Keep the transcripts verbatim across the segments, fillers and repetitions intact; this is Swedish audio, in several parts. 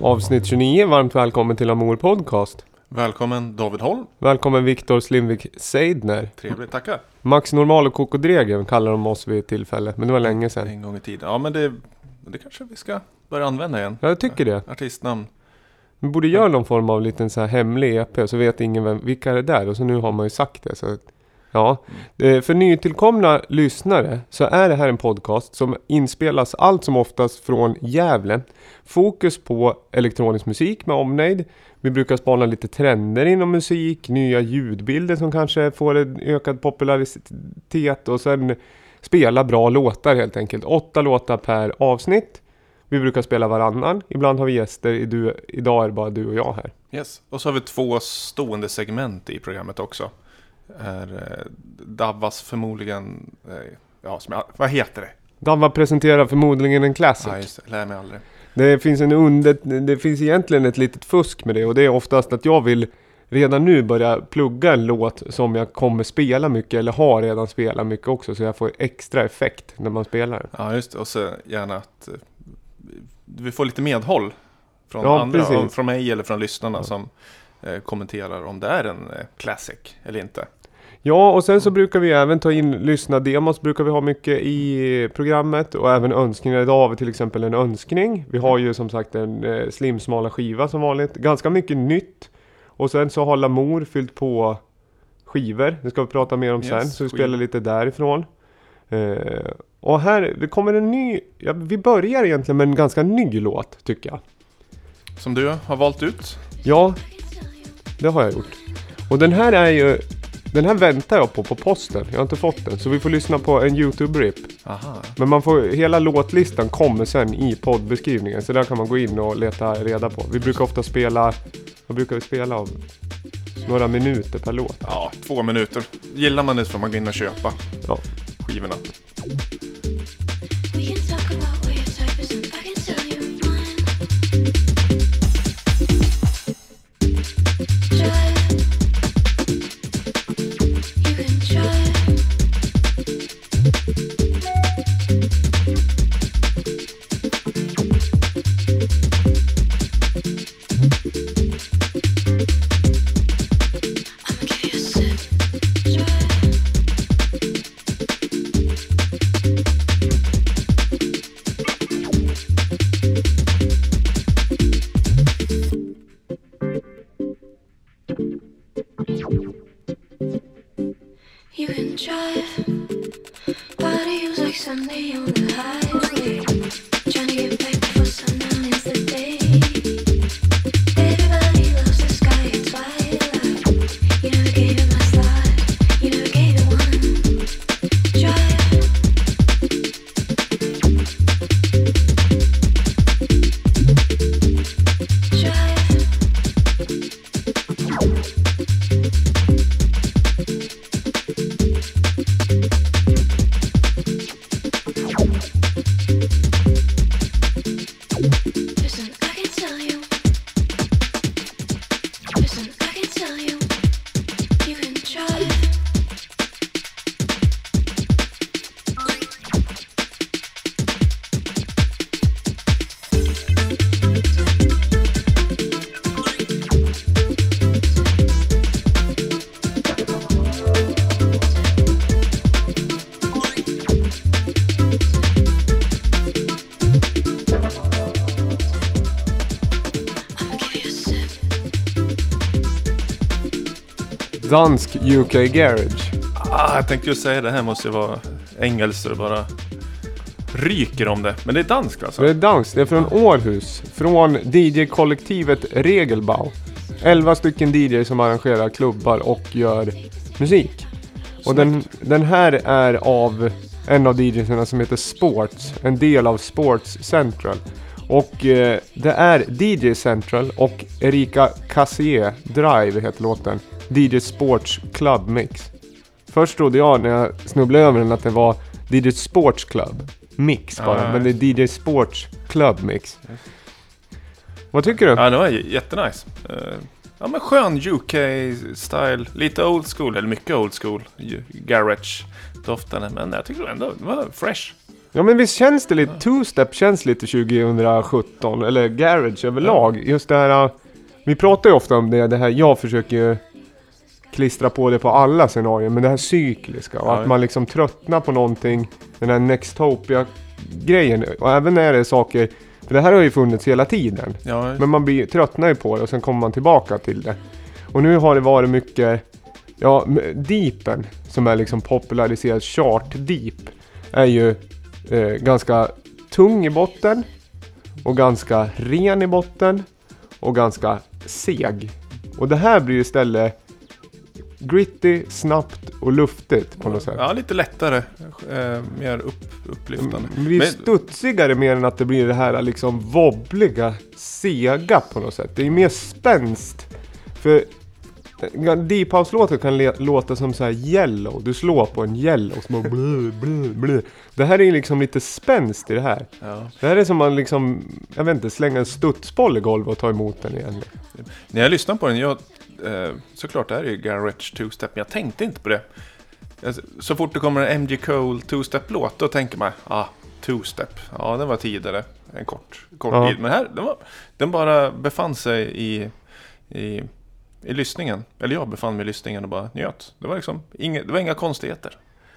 Avsnitt tjugonio, varmt välkommen till Amor Podcast. Välkommen David Holm. Välkommen Viktor Slimvik Seidner. Trevligt, tackar. Max Normal och Koko Dregen kallar de oss vid tillfället, men det var länge sedan. En gång i tiden. Ja, men det, det kanske vi ska börja använda igen. Ja, jag tycker det. Artistnamn. Vi borde göra någon form av liten så här hemlig E P, så vet ingen vem, vilka är det där. Och så nu har man ju sagt det, så ja. Mm. För nytillkomna lyssnare så är det här en podcast som inspelas allt som oftast från Gävle. Fokus på elektronisk musik med omnejd. Vi brukar spana lite trender inom musik, nya ljudbilder som kanske får en ökad popularitet och sen spela bra låtar helt enkelt. Åtta låtar per avsnitt. Vi brukar spela varannan. Ibland har vi gäster. Idag är det bara du och jag här. Yes. Och så har vi två stående segment i programmet också. Är eh, Davvas förmodligen eh, ja, som jag, vad heter det? Davva presenterar förmodligen en classic. Ja, just det. Lär mig aldrig. Det finns en under, det finns egentligen ett litet fusk med det, och det är oftast att jag vill redan nu börja plugga en låt som jag kommer spela mycket eller har redan spelat mycket också, så jag får extra effekt när man spelar. Ja, just det. Och så gärna att eh, vi får lite medhåll från ja, andra, precis. från mig eller från lyssnarna ja. som eh, kommenterar om det är en eh, classic eller inte. Ja, och sen så brukar vi även ta in lyssna demos, brukar vi ha mycket i programmet, och även önskningar. Idag har vi till exempel en önskning. Vi har ju som sagt en eh, slimsmala skiva som vanligt, ganska mycket nytt. Och sen så har Lamour fyllt på skivor, det ska vi prata mer om yes, sen, så vi skiv. spelar lite därifrån. Eh, och här, det kommer en ny, ja, vi börjar egentligen med en ganska ny låt tycker jag. Som du har valt ut? Ja, det har jag gjort. Och den här är ju, den här väntar jag på på posten. Jag har inte fått den, så vi får lyssna på en YouTube-rip. Aha. Men man får, hela låtlistan kommer sen i poddbeskrivningen, så där kan man gå in och leta reda på. Vi brukar ofta spela, vad brukar vi spela av? Några minuter per låt. Ja, två minuter. Gillar man det så får man gå in och köpa ja. skivorna. Dansk U K Garage. Ah, jag tänkte ju säga det här måste ju vara engelskt så det bara ryker om det. Men det är danskt alltså. Det är danskt, det är från Århus. Från D J-kollektivet Regelbau. Elva stycken D J som arrangerar klubbar och gör musik. Och den, den här är av en av D J:arna som heter Sports. En del av Sports Central. Och eh, det är D J Central och Erika Cassier Drive heter låten. D J Sports Club Mix. Först trodde jag när jag snubblade över den att det var D J Sports Club Mix bara. Ah, men det är D J Sports Club Mix. Yes. Vad tycker du? Ja, det var jättenice. Uh, ja, men skön U K-style. Lite old school, eller mycket old school. Garage-doftande. Men jag tycker ändå det var fresh. Ja, men visst känns det lite, two-step känns lite tjugohundrasjutton, eller garage överlag. Ja. Just det här, vi pratar ju ofta om det, det här, jag försöker ju klistra på det på alla scenarier, men det här cykliska, och ja. Att man liksom tröttnar på någonting, den här Nextopia-grejen, och även när det är saker, för det här har ju funnits hela tiden, ja. Men man blir, tröttnar ju på det och sen kommer man tillbaka till det. Och nu har det varit mycket, ja, Deepen som är liksom populariserad, Chart Deep, är ju eh, ganska tung i botten och ganska ren i botten och ganska seg. Och det här blir istället gritty, snabbt och luftigt på något sätt. Ja, lite lättare, eh, mer upp, upplyftande. Det blir Men... studsigare mer än att det blir det här liksom wobbliga, sega på något sätt. Det är mer spänst. För Deep House-låten kan le- låta som så här yellow. Du slår på en yellow som blö, blö, blö. Det här är liksom lite spänst i det här. Ja. Det här är som man liksom, jag vet inte, slänga en studsboll i golvet och ta emot den igen. När jag lyssnar på den, jag, eh, såklart det här är ju Garage two-step, men jag tänkte inte på det. Så fort det kommer en M J Cole two-step-låt, då tänker man, ah, two-step. Ja, den var tidigare, en kort, kort ja. tid. Men här, den, var, den bara befann sig i... i I lyssningen, eller jag befann mig i lyssningen och bara njöt. Det var liksom inga, det var inga konstigheter.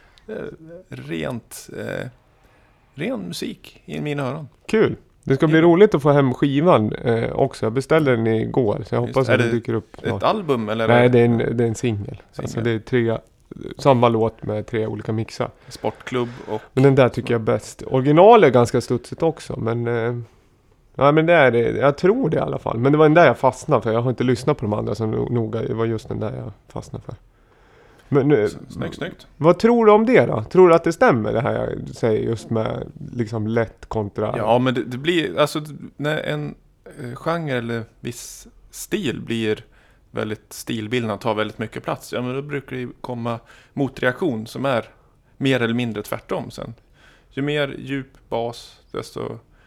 Rent, eh, ren musik i mina öron. Kul. Det ska bli mm. roligt att få hem skivan eh, också. Jag beställde den igår, så jag hoppas Just, att det dyker upp. Ett ja. album eller? Nej, det är en, det är en singel. Alltså det är tre, samma låt med tre olika mixar. Sportklubb och... Men den där tycker jag är bäst. Original är ganska studsigt också, men... Eh, Ja, men det är det. Jag tror det i alla fall. Men det var den där jag fastnade för. Jag har inte lyssnat på de andra så noga. Det var just den där jag fastnade för. Men nu, snyggt, snyggt. Vad tror du om det då? Tror du att det stämmer det här jag säger just med liksom lätt kontra... Ja, men det, det blir... Alltså när en eh, genre eller viss stil blir väldigt stilbildande, tar väldigt mycket plats. Ja, men då brukar det komma motreaktion som är mer eller mindre tvärtom sen. Ju mer djup bas, desto...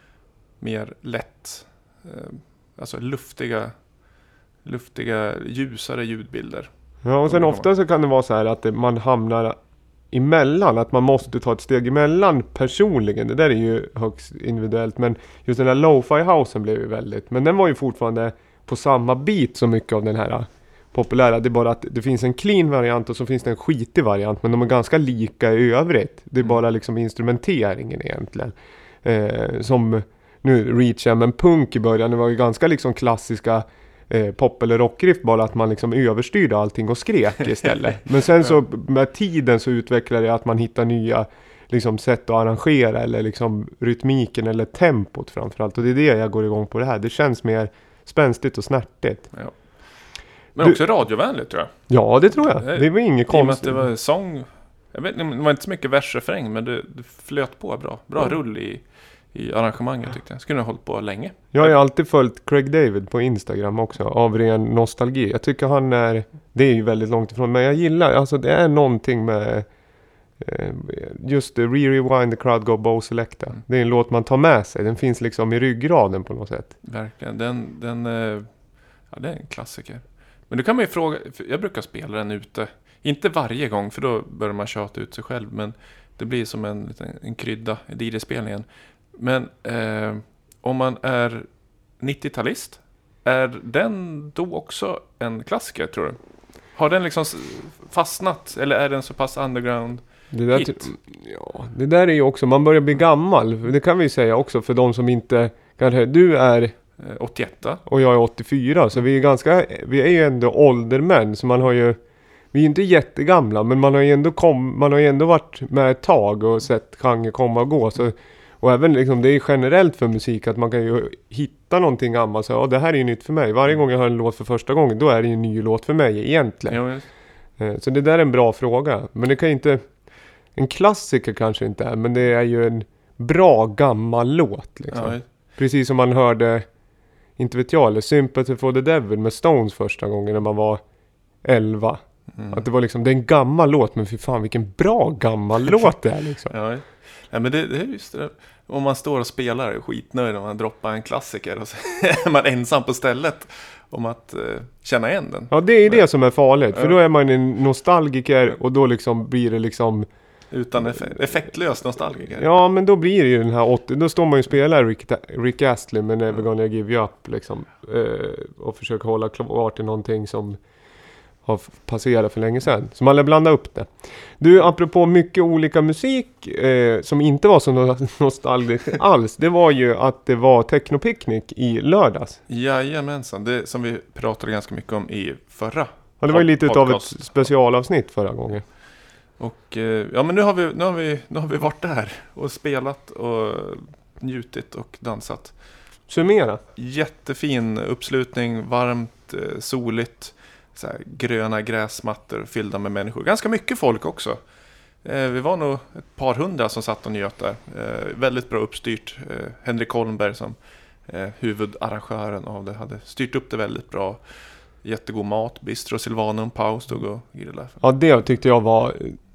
mer lätt, eh, alltså luftiga, luftiga, ljusare ljudbilder. Ja, och sen ofta så kan det vara så här att det, man hamnar emellan, att man måste ta ett steg emellan personligen. Det där är ju högst individuellt, men just den här lo-fi housen blev ju väldigt, men den var ju fortfarande på samma bit så mycket av den här populära. Det är bara att det finns en clean variant och så finns det en skitig variant, men de är ganska lika i övrigt. Det är mm. bara liksom instrumenteringen egentligen. Eh, som nu reachar, men punk i början, det var ju ganska liksom klassiska eh, pop- eller rockriff, bara att man liksom överstyrde allting och skrek istället. Men sen så med tiden så utvecklar det att man hittar nya liksom sätt att arrangera eller liksom rytmiken eller tempot framförallt. Och det är det jag går igång på det här. Det känns mer spänstigt och snärtigt. Ja. Men du, också radiovänligt tror jag. Ja, det tror jag. Det, det var inget konstigt. Det var sång, jag vet, det var inte så mycket versrefräng, men det, det flöt på bra. Bra mm. rull i i arrangemanget tyckte jag. Skulle ha hållit på länge. Jag har ju alltid följt Craig David på Instagram också, av ren nostalgi. Jag tycker han är, det är ju väldigt långt ifrån, men jag gillar, alltså det är någonting med eh, just det, Re-Rewind the Crowd Go Bow Selecta. Mm. Det är en låt man tar med sig. Den finns liksom i ryggraden på något sätt. Verkligen. Den, den eh, ja, det är en klassiker. Men då kan man ju fråga, jag brukar spela den ute. Inte varje gång, för då börjar man tjata ut sig själv, men det blir som en, liten, en krydda i D J-spelningen. Men eh, om man är nittiotalist, är den då också en klassiker, tror du? Har den liksom fastnat, eller är den så pass underground det där, hit? Ja, det där är ju också, man börjar bli gammal. Det kan vi säga också för de som inte kanske, du är åttioett och jag är åttiofyra, så vi är ganska, vi är ju ändå åldermän, så man har ju, vi är inte jättegamla, men man har ju ändå kom, man har ju ändå varit med ett tag och sett genre komma och gå, så. Och även liksom, det är generellt för musik att man kan ju hitta någonting gammalt. Så ja, det här är ju nytt för mig. Varje gång jag hör en låt för första gången, då är det ju en ny låt för mig egentligen. Ja, så det där är en bra fråga. Men det kan inte, en klassiker kanske inte är, men det är ju en bra gammal låt liksom. Ja. Precis som man hörde, inte vet jag, eller Sympathy for the Devil med Stones första gången när man var elva. Mm. Att det var liksom, det är en gammal låt, men fy fan vilken bra gammal låt det är liksom. Ja. Ja, men det, det är just det. Om man står och spelar är skitnöjd om man droppar en klassiker och så är man ensam på stället om att uh, känna igen den. Ja, det är men, det som är farligt. För ja. Då är man en nostalgiker och då liksom blir det liksom Utan eff- effektlös nostalgiker. Ja, men då blir det ju den här åttio... Då står man ju och spelar Rick, Rick Astley med Never Gonna Give You Up liksom. Eh, och försöker hålla kvar till någonting som har passerat för länge sedan. Så man lär blanda upp det. Du, apropå mycket olika musik eh, som inte var så no- nostalgiskt alls. Det var ju att det var technopicknick i lördags. Jajamensan, det som vi pratade ganska mycket om i förra. Ja, det var ju lite podcast. utav ett specialavsnitt förra gången. Och eh, ja, men nu har, vi, nu, har vi, nu har vi varit där och spelat och njutit och dansat. Summera. Jättefin uppslutning, varmt, eh, soligt, så här, gröna gräsmattor fyllda med människor. Ganska mycket folk också. Eh, vi var nog ett par hundra som satt och njöt där. Eh, väldigt bra uppstyrt. Eh, Henrik Holmberg som eh, huvudarrangören av det hade styrt upp det väldigt bra. Jättegod mat, Bistro Silvanum, Paus stod och grillade. Ja, det tyckte jag var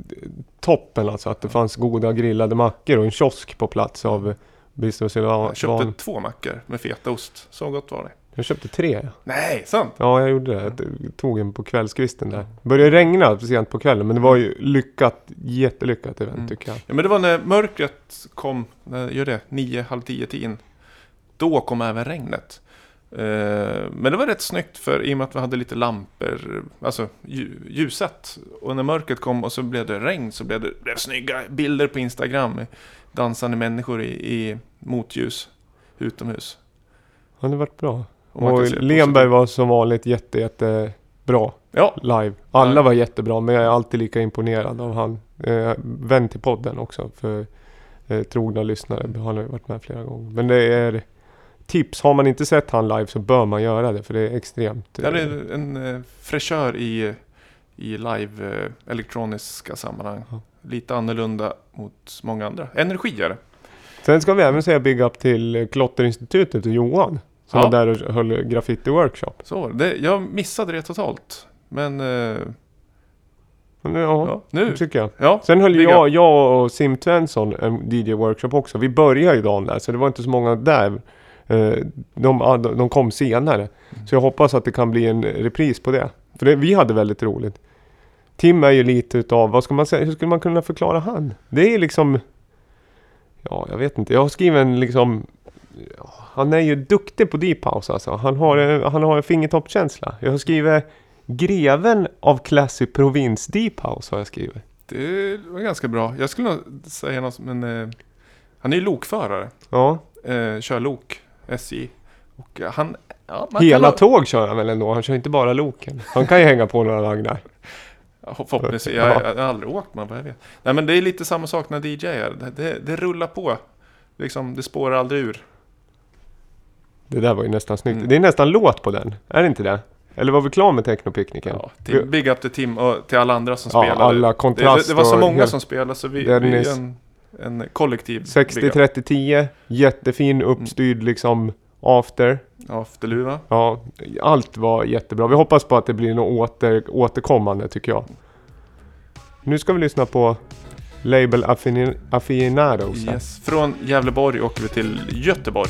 toppen alltså. Att det fanns goda grillade mackor och en kiosk på plats av Bistro Silvanum. Jag köpte två mackor med fetaost. Så gott var det. Jag köpte tre. Ja. Nej, sant? Ja, jag gjorde det. Jag tog en på kvällskvisten där. Det började regna sent på kvällen, men det var ju lyckat, jättelyckat event mm. tycker jag. Ja, men det var när mörkret kom, när, gör det, nio, halv tio, tio. Då kom även regnet. Uh, men det var rätt snyggt för i och med att vi hade lite lampor, alltså ljuset. Och när mörkret kom och så blev det regn så blev det blev snygga bilder på Instagram. Dansande människor i, i motljus utomhus. Ja, det varit bra. Och, och Lemberg var som vanligt jätte, jätte bra ja. live. Alla ja. var jättebra, men jag är alltid lika imponerad av han. Eh, vän till podden också, för eh, trogna lyssnare. Han har ju varit med flera gånger. Men det är tips. Har man inte sett han live så bör man göra det, för det är extremt. Ja, det är en eh, fräschör i, i live eh, elektroniska sammanhang. Ja. Lite annorlunda mot många andra. Energier. Sen ska vi även säga big up till Klotterinstitutet och Johan. Som ja. var där och höll graffiti-workshop. Så, det, jag missade det totalt. Men... Eh, men ja, ja, nu tycker jag. Ja, sen höll jag, jag och Sim Tvensson en D J-workshop också. Vi började ju dagen där, så det var inte så många där. Eh, de, de kom senare. Mm. Så jag hoppas att det kan bli en repris på det. För det, vi hade väldigt roligt. Tim är ju lite utav, vad ska man säga, hur skulle man kunna förklara han? Det är liksom... Ja, jag vet inte. Jag har skrivit en liksom... Han är ju duktig på deep house alltså. Han har, han har en fingertoppkänsla. Jag har skrivit greven av classic provins deep house har jag skrivit. Det var ganska bra. Jag skulle nog säga något, men eh, han är ju lokförare. Ja. Eh, kör lok, S J. Och han... Ja, man hela kan... tåg kör han väl ändå. Han kör inte bara loken. Han kan ju hänga på några vagnar. Förhoppningsvis. Jag, jag, jag har aldrig åkt man, vad jag vet. Nej, men det är lite samma sak när D J är. Det, det, det rullar på. Liksom, det spårar aldrig ur. Det där var ju nästan snyggt. Mm. Det är nästan låt på den. Är det inte det? Eller var vi klar med technopicknicken? Ja, till, big up till Tim och till alla andra som ja, spelade. Alla kontrast. Det, det var så många hel... som spelade så vi, vi är en, en kollektiv. sextio trettio tio. Jättefin uppstyrd mm. liksom after. Afterluva. Ja, allt var jättebra. Vi hoppas på att det blir något åter, återkommande tycker jag. Nu ska vi lyssna på Label Affin- Aficionados. Yes. Från Gävleborg åker vi till Göteborg.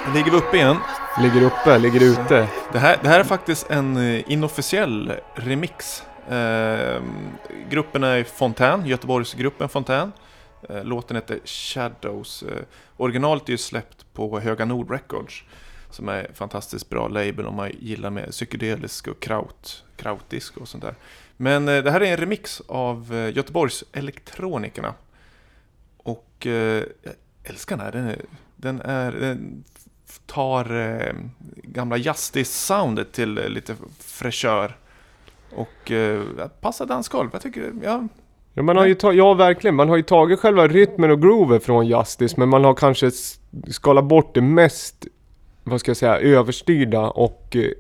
Ligger vi uppe igen? Ligger uppe, ligger ute. Det här, det här är faktiskt en eh, inofficiell remix. Eh, gruppen är Fontän, Göteborgsgruppen Fontän. Eh, låten heter Shadows. Eh, originalet är ju släppt på Höga Nord Records, som är fantastiskt bra label om man gillar med psykedelisk och kraut, krautdisk och sånt där. Men eh, det här är en remix av eh, Göteborgs elektronikerna. Och eh, jag älskar den här. Den är, den är den tar eh, gamla Justice-soundet till eh, lite fräschör. Och eh, passar dansgolv. Jag tycker, ja. Ja, man har ju ta- ja, verkligen. Man har ju tagit själva rytmen och grooven från Justice, men man har kanske skalat bort det mest, vad ska jag säga, överstyrda och eh,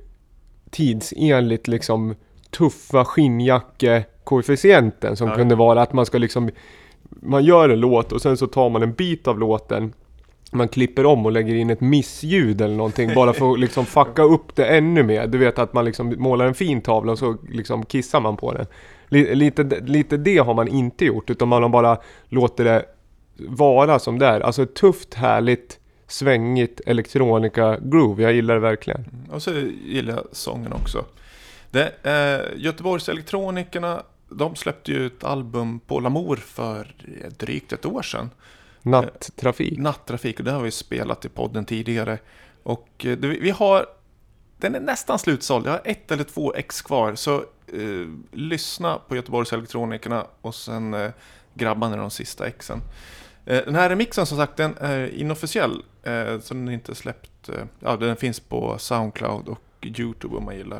tidsenligt liksom tuffa skinnjacke-koefficienten som Ja. kunde vara att man ska liksom, man gör en låt och sen så tar man en bit av låten, man klipper om och lägger in ett missljud eller någonting bara för att liksom fucka upp det ännu mer. Du vet att man liksom målar en fin tavla och så liksom kissar man på den. Lite, lite det har man inte gjort, utan man har bara låtit det vara som det är. Alltså ett tufft, härligt, svängigt elektronika groove. Jag gillar det verkligen. Och så gillar jag sången också. Det, eh, Göteborgs elektronikerna, de släppte ju ett album på Lamour för drygt ett år sedan. Nattrafik. Nattrafik, och det har vi spelat i podden tidigare. Och eh, det, vi har, den är nästan slutsåld. Jag har ett eller två ex kvar. Så eh, lyssna på Göteborgs elektronikerna och sen eh, grabba ner de sista exen. Eh, den här remixen som sagt, den är inofficiell. Eh, så den är inte släppt. Eh, ja, den finns på Soundcloud och YouTube om man gillar.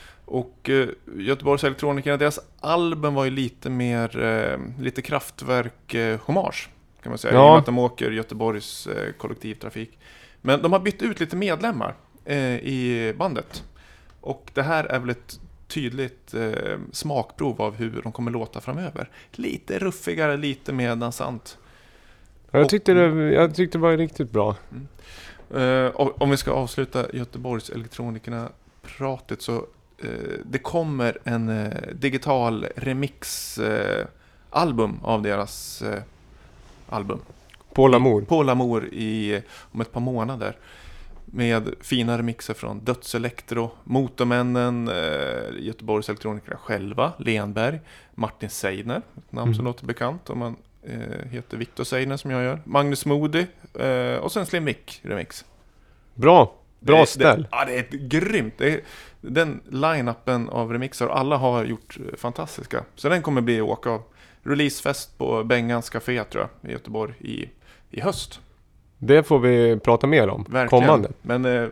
Och eh, Göteborgs elektronikerna, deras album var ju lite mer, eh, lite kraftverk eh, hommage kan man säga. Ja. I och med att de åker Göteborgs eh, kollektivtrafik. Men de har bytt ut lite medlemmar eh, i bandet. Och det här är väl ett tydligt eh, smakprov av hur de kommer låta framöver. Lite ruffigare, lite mer dansant. Jag tyckte det, jag tyckte det var riktigt bra. Mm. Eh, och, om vi ska avsluta Göteborgs elektronikerna pratet så eh, det kommer en eh, digital remix eh, album av deras eh, album. På Lamour. På Lamour i, om ett par månader. Med fina remixer från Dödselektro, Motormännen, eh, Göteborgs elektronikerna själva, Lenberg, Martin Seidner, ett namn som Mm. låter bekant om man eh, heter Victor Seidner som jag gör. Magnus Moody eh, och sen Slim Mick remix. Bra. Bra det, ställ. Det, ja, det är ett grymt. Det är, den line-upen av remixer, alla har gjort eh, fantastiska. Så den kommer bli åka av. Releasefest på Bengans Café tror jag i Göteborg i, i höst. Det får vi prata mer om. Verkligen. Kommande. Men eh,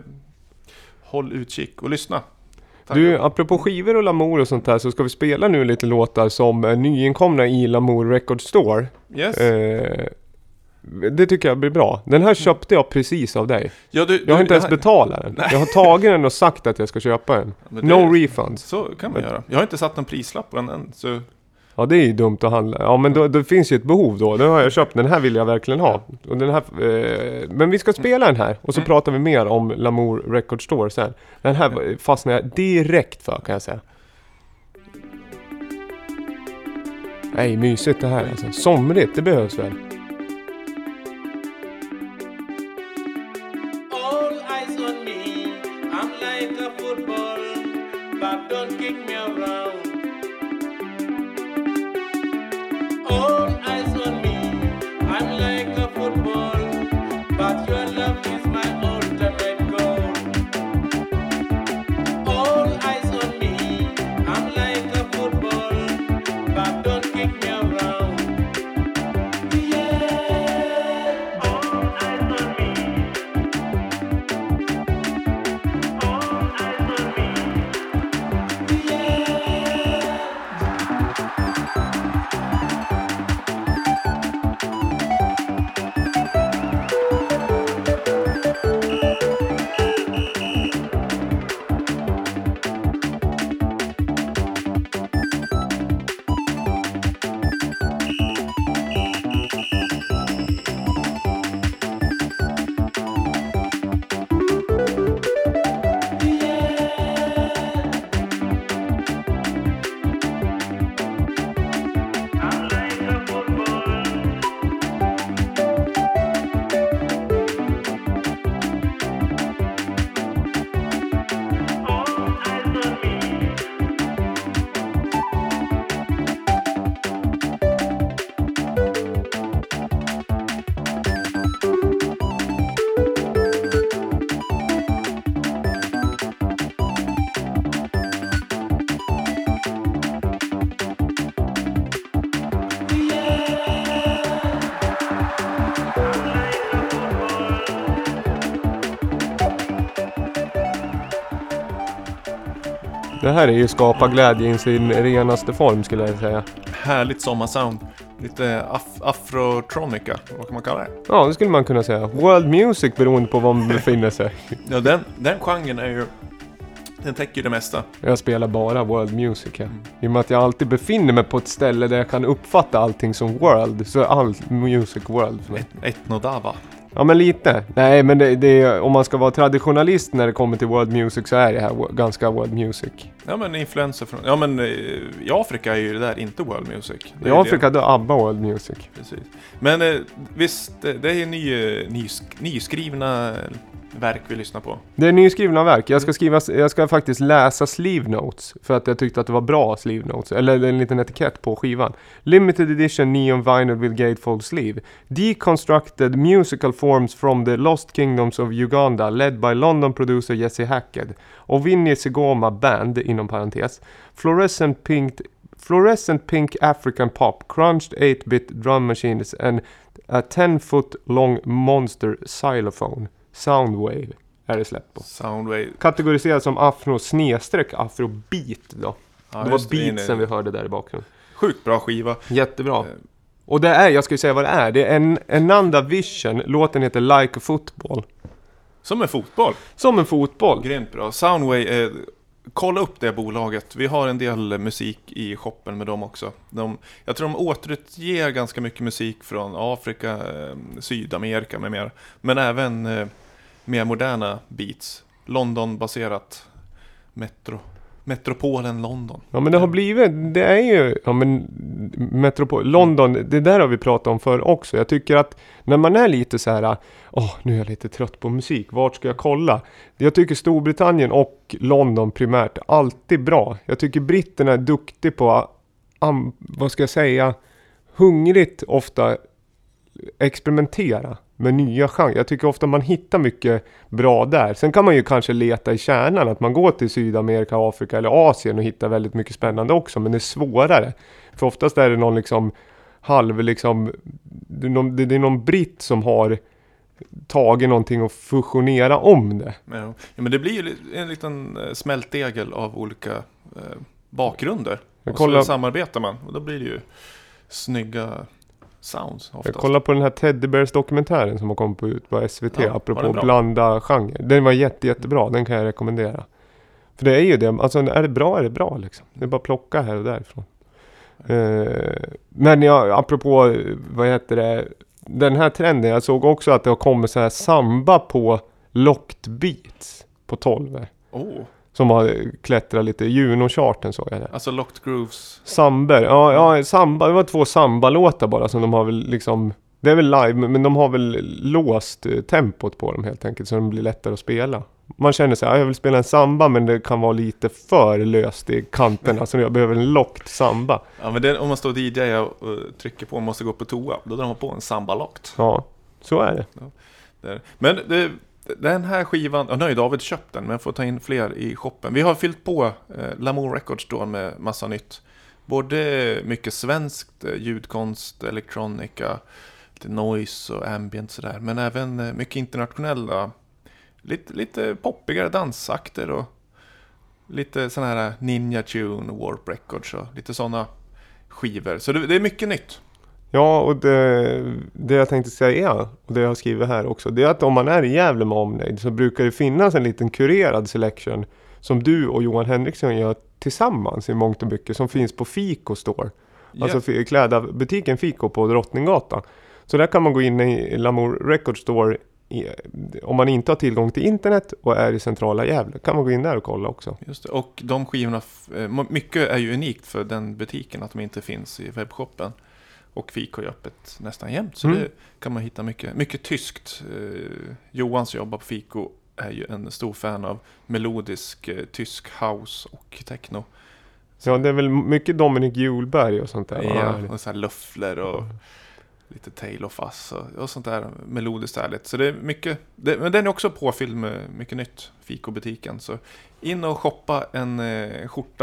håll utkik och lyssna. Tack. Du, apropå skivor och Lamour och sånt här, så ska vi spela nu lite låtar som är nyinkomna i Lamour Record Store. Yes. Eh, det tycker jag blir bra. Den här köpte jag precis av dig. Ja, du, Jag har du, inte ens här- betalat den. Nej. Jag har tagit den och sagt att jag ska köpa den. Men No det- refunds. Så kan man göra. Jag har inte satt någon prislapp på den än. Så Ja, det är ju dumt att handla. Ja, men då, då finns ju ett behov då. Den har jag köpt. Den här vill jag verkligen ha. Och den här, eh, men vi ska spela den här. Och så Mm. pratar vi mer om Lamour Record Store sen. Den här fastnar jag direkt för, kan jag säga. Nej, mysigt det här alltså. Somrigt, det behövs väl. All eyes on me, I'm like a football, but don't kick me around. All eyes on me, I'm like a football, but your love is my ultimate goal. All eyes on me, I'm like a football, but don't kick me around. Yeah, all eyes on me. All eyes on me. Yeah. Det här är ju skapa glädje i sin renaste form skulle jag säga. Härligt sommarsound. Lite af- afrotronica, vad kan man kalla det? Ja, det skulle man kunna säga. World music beroende på var man befinner sig. Ja, den, den genren är ju... Den täcker ju det mesta. Jag spelar bara world music här. Mm. I och med att jag alltid befinner mig på ett ställe där jag kan uppfatta allting som world, så är all music world för mig. Et- Etnodava. Ja, men lite. Nej, men det, det, om man ska vara traditionalist när det kommer till world music så är det här wo- ganska world music. Ja, men influenser från... Ja, men eh, i Afrika är ju det där inte world music. Det I är Afrika då är ABBA world music. Precis. Men eh, visst, det, det är ny, nysk, nyskrivna verk vi lyssnar på. Det är nyskrivna verk. Jag ska, skriva, jag ska faktiskt läsa sleeve notes för att jag tyckte att det var bra sleeve notes. Eller en liten etikett på skivan. Limited edition neon vinyl with gatefold sleeve. Deconstructed musical forms from the lost kingdoms of Uganda led by London producer Jesse Hackett. Och Vinnie Sigoma Band, inom parentes. Fluorescent pink, fluorescent pink African pop. Crunched eight bit drum machines and a ten foot long monster xylophone. Soundwave är det släppt på. Soundwave. Kategoriserad som afro snedstreck afrobeat då. Ja, det var beatsen vi hörde där i bakgrunden. Sjukt bra skiva. Jättebra. Eh. Och det är, jag ska ju säga vad det är. Det är en Ananda Vision. Låten heter Like a Football. Som en fotboll. Som en fotboll. Grymt bra. Soundwave, eh, kolla upp det bolaget. Vi har en del musik i shoppen med dem också. De, jag tror de återutger ganska mycket musik från Afrika, eh, Sydamerika med mer. Men även eh, mer moderna beats. London-baserat. Metro. Metropolen London. Ja, men det har blivit, det är ju, ja men Metropol, London, det där har vi pratat om för också. Jag tycker att när man är lite så här, åh, nu är jag lite trött på musik, vart ska jag kolla? Jag tycker Storbritannien och London primärt alltid bra. Jag tycker britterna är duktiga på, um, vad ska jag säga, hungrigt ofta experimentera med nya genrer. Jag tycker ofta man hittar mycket bra där. Sen kan man ju kanske leta i kärnan, att man går till Sydamerika, Afrika eller Asien och hittar väldigt mycket spännande också, men det är svårare. För oftast är det någon liksom halv liksom, det är någon, det är någon britt som har tagit någonting och fusionera om det. Ja, ja, men det blir ju en liten smältdegel av olika eh, bakgrunder. Jag och kollar, så samarbetar man och då blir det ju snygga sounds oftast. Jag kollar på den här Teddy Bears dokumentären som har kommit på ut på S V T, ja, apropå blanda genre. Den var jätte, jättebra, den kan jag rekommendera. För det är ju det, alltså är det bra är det bra liksom. Det är bara att plocka här och därifrån. Uh, men jag, apropå, vad heter det, den här trenden, jag såg också att det har kommit så här samba på locked beats på tolv. Oh. Som har klättrat lite, Juno-charten såg jag det. Alltså Locked Grooves. Samber, ja, ja samba, det var två samba-låtar bara som de har väl liksom, det är väl live, men de har väl låst tempot på dem helt enkelt så de blir lättare att spela. Man känner sig, ja, jag vill spela en samba men det kan vara lite för löst i kanterna så jag behöver en locked samba. Ja, men det, om man står och D J och trycker på och måste gå på toa, då drar man på en samba-locked. Ja, så är det. Ja, det är. Men det, den här skivan, ja, nu har ju David köpt den, men får ta in fler i shoppen. Vi har fyllt på eh, Lamour Records då med massa nytt. Både mycket svenskt, eh, ljudkonst, elektronika, lite noise och ambient sådär. Men även eh, mycket internationella, lite, lite poppigare dansakter och lite sådana här Ninja Tune, Warp Records och lite sådana skivor. Så det, det är mycket nytt. Ja, och det, det jag tänkte säga, och det jag har skrivit här också, det är att om man är i Gävle med omnejd så brukar det finnas en liten kurerad selection som du och Johan Henriksson gör tillsammans i mångt och mycket, som finns på Fiko Store. Yeah. Alltså klädbutiken Fiko på Drottninggatan. Så där kan man gå in i Lamour Record Store i, om man inte har tillgång till internet och är i centrala Gävle. Kan man gå in där och kolla också. Just det. Och de skivorna, mycket är ju unikt för den butiken att de inte finns i webbshoppen. Och Fiko är öppet nästan jämt. Så mm. det kan man hitta mycket, mycket tyskt. Eh, Johans jobbar på Fiko är ju en stor fan av melodisk eh, tysk house och techno. Så, ja, det är väl mycket Dominik Julberg och sånt där. Ja, och så här Löffler och mm. lite Tale of Us och, och sånt där melodiskt härligt. Så det är mycket, det, men den är också påfylld med mycket nytt, Fiko-butiken. Så in och shoppa en eh, skjorta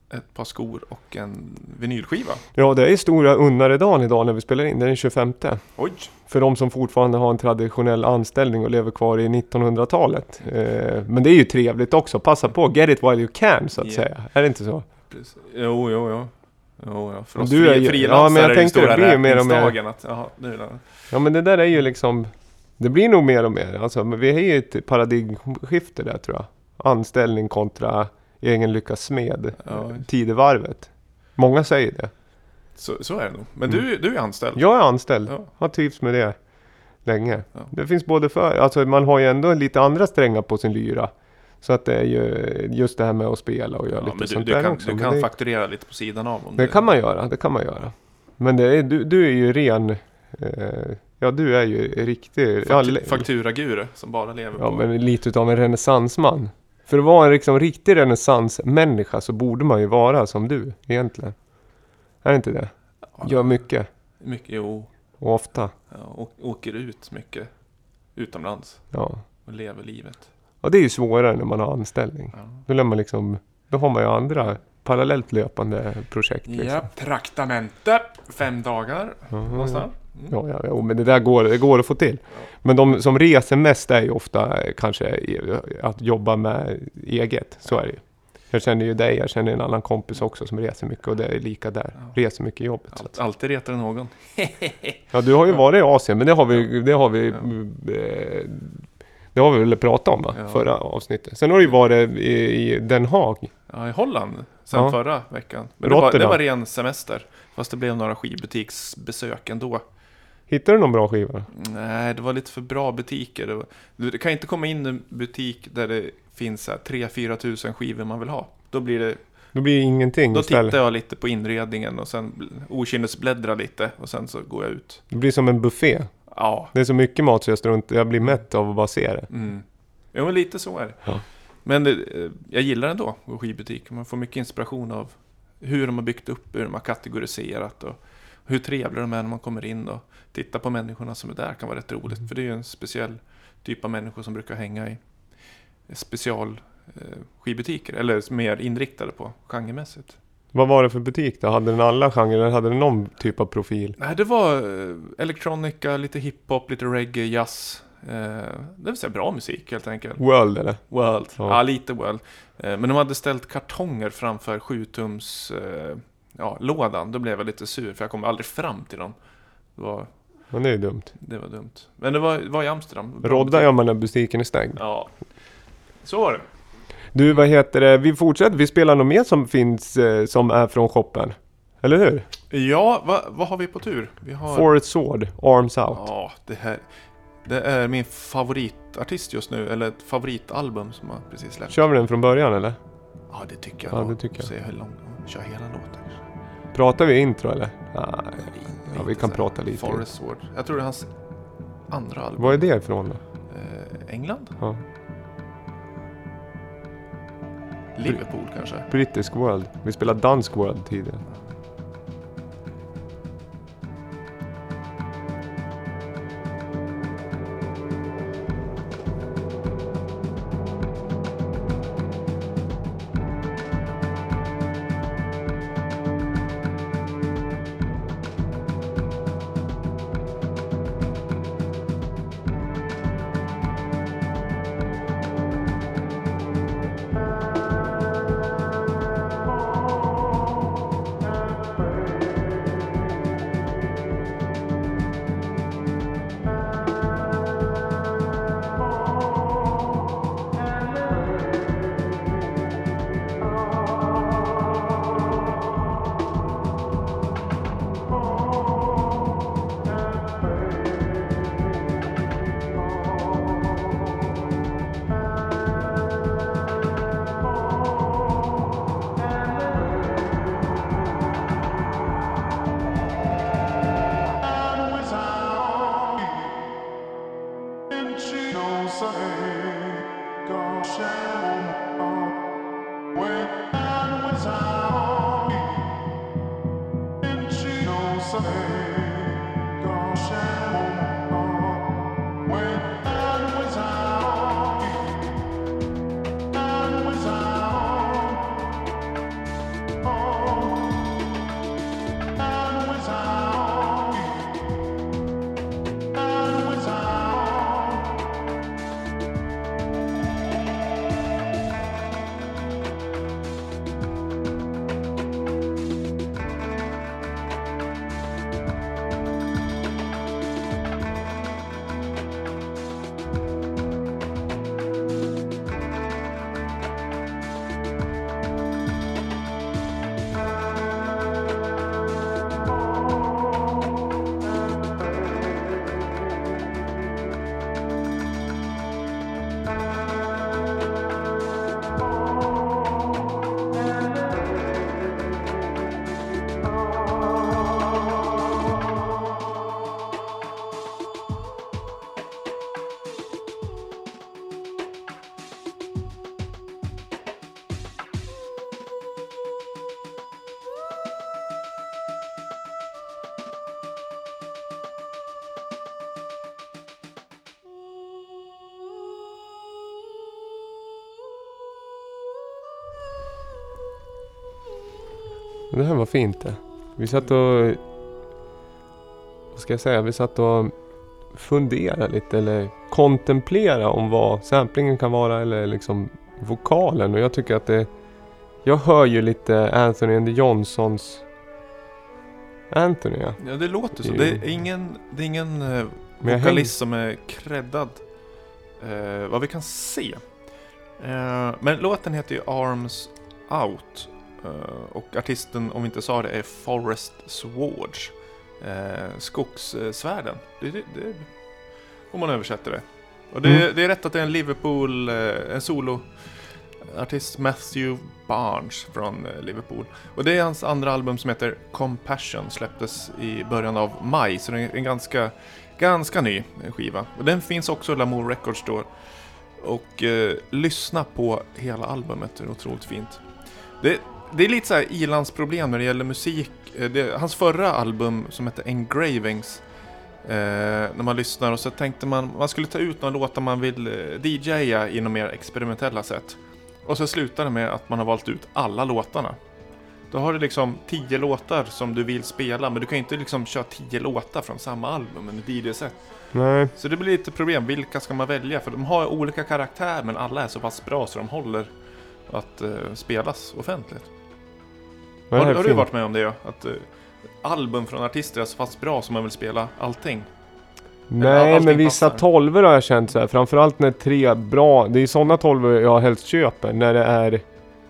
ett par skor och en vinylskiva. Ja, det är stora unnaredagen idag när vi spelar in. Det är den tjugofemte. Oj! För de som fortfarande har en traditionell anställning och lever kvar i nittonhundratalet. Eh, men det är ju trevligt också. Passa på, get it while you can, så att Yeah. säga. Är det inte så? Precis. Jo, jo, jo. Jo, ja. För oss Du är fri, ju- frilansare ja, men jag är tänkte det det stora blir mer och mer- räkningsdagen att, jaha, nu då. Ja, men det där är ju liksom... Det blir nog mer och mer. Alltså, men vi har ju ett paradigmskifte där, tror jag. Anställning kontra egen lyckas smed. Ja. Tidevarvet. Många säger det. Så, så är det nog. Men du, du är anställd. Jag är anställd. Ja. Har trivs med det länge. Ja. Det finns både för... Alltså man har ju ändå lite andra strängar på sin lyra. Så att det är ju just det här med att spela och göra Ja, lite men du, sånt du där kan, också. du Men kan det, fakturera lite på sidan av. Om det kan man göra, det kan man göra. Men det är, du, du är ju ren... Eh, ja, du är ju riktig... Ja, Faktu- le- Fakturaguru som bara lever ja, på... men lite utav en renässansman. För att vara en liksom riktig renässansmänniska så borde man ju vara som du, egentligen. Är det inte det? Ja, Gör mycket, mycket, jo. och ofta. Ja, och, åker ut mycket utomlands Ja. och lever livet. Och det är ju svårare när man har anställning. Ja. Då, lär man liksom, då har man ju andra parallellt löpande projekt. Liksom. Ja, traktamente. Fem dagar. Mhm. Någonstans. Mm. Ja, ja, ja, men det där går, det går att få till. Ja. Men de som reser mest är ju ofta eh, kanske eh, att jobba med eget. Så är det ju. Jag känner ju dig, jag känner en annan kompis också som reser mycket och det är lika där. Ja. Reser mycket i jobbet. Så. Allt, alltid retar någon. Ja, du har ju varit i Asien, men det har vi, det har vi, Ja. eh, det har vi väl pratat om, va? Ja. Förra avsnittet. Sen har du ju varit i, i Den Haag. Ja, i Holland. Sen Ja. förra veckan. Men det var, det Rotterdam. var ren semester. Fast det blev några skivbutiksbesök ändå. Hittar du någon bra skiva? Nej, det var lite för bra butiker. Det var, du kan inte komma in i en butik där det finns tre till fyra tusen skivor man vill ha. Då blir det... Då blir det ingenting Då istället. tittar jag lite på inredningen och sen bl- okynnesbläddrar lite och sen så går jag ut. Det blir som en buffé. Ja. Det är så mycket mat så jag, strunt, jag blir mätt av att bara se det. Mm. Jo, men lite så är det. Ja. Men det, eh, jag gillar ändå att gå skivbutik. Man får mycket inspiration av hur de har byggt upp, hur de har kategoriserat och hur trevliga de är när man kommer in och tittar på människorna som är där kan vara rätt roligt. För det är ju en speciell typ av människor som brukar hänga i special eh, skivbutiker eller mer inriktade på genremässigt. Vad var det för butik då? Hade den alla genrer eller hade den någon typ av profil? Nej, det var eh, elektronika, lite hiphop, lite reggae, jazz. Eh, det vill säga bra musik helt enkelt. World eller? World, ja, Ja. lite world. Eh, men de hade ställt kartonger framför sju tums eh, ja, lådan. Då blev jag lite sur för jag kom aldrig fram till dem. Det var, Men det är ju dumt. det var dumt. Men det var, det var i Amsterdam. Bra Rodda butik. gör man när butiken är stängd. Ja, så var det. Du, vad heter det? Vi fortsätter. Vi spelar något mer som finns eh, som är från shoppen. Eller hur? Ja, vad vad har vi på tur? Vi har... Forest Sword, Arms Out. Ja, det här... Det är min favoritartist just nu, eller ett favoritalbum som har precis släppt. Kör vi den från början eller? Ja, det tycker jag. Ja, då. det tycker jag. Se hur lång... Kör hela låten. Pratar vi intro eller? Nej. Ja, vi Lite kan så här. prata lite. Forest Sword. Jag tror det är hans andra album. Vad är det ifrån då? Eh, England? Ja. Liverpool kanske? British World. Vi spelade Dansk World tidigare. Oh Det här var fint det. Vi satt och... Vad ska jag säga? Vi satt och funderade lite eller kontemplera om vad samplingen kan vara eller liksom vokalen. Och jag tycker att det... Jag hör ju lite Anthony and the Johnsons... Anthony, ja. Ja, det låter så. Jo. Det är ingen, det är ingen eh, Men jag vokalist som är creddad. Eh, vad vi kan se. Eh, men låten heter ju Arms Out. Eh, och artisten, om vi inte sa det, är Forest Swords. Eh, Skogssvärden. Det, det, det, om man översätter det. Och det, Mm. det är rätt att det är en Liverpool, eh, en solo artist, Matthew Barnes från eh, Liverpool. Och det är hans andra album som heter Compassion, släpptes i början av maj. Så det är en ganska, ganska ny skiva. Och den finns också i Lamour Records då. Och eh, lyssna på hela albumet, det är otroligt fint. Det, det är lite så här ilandsproblem när det gäller musik. Eh, det, hans förra album som heter Engravings, eh, när man lyssnar och så tänkte man man skulle ta ut några låtar man vill eh, D J:a i något mer experimentella sätt. Och så slutar det med att man har valt ut alla låtarna. Då har du liksom tio låtar som du vill spela, men du kan inte liksom köra tio låtar från samma album med D J-set. Nej. Så det blir lite problem, vilka ska man välja? För de har olika karaktär, men alla är så pass bra så de håller att uh, spelas offentligt. Det Har, här är har du fint. varit med om det? Ja? Att uh, album från artister är så pass bra som man vill spela allting? Nej, allting men vissa passar. tolvor har jag känt så här. Framförallt när tre bra... Det är sådana tolvor jag helst köper. När det är...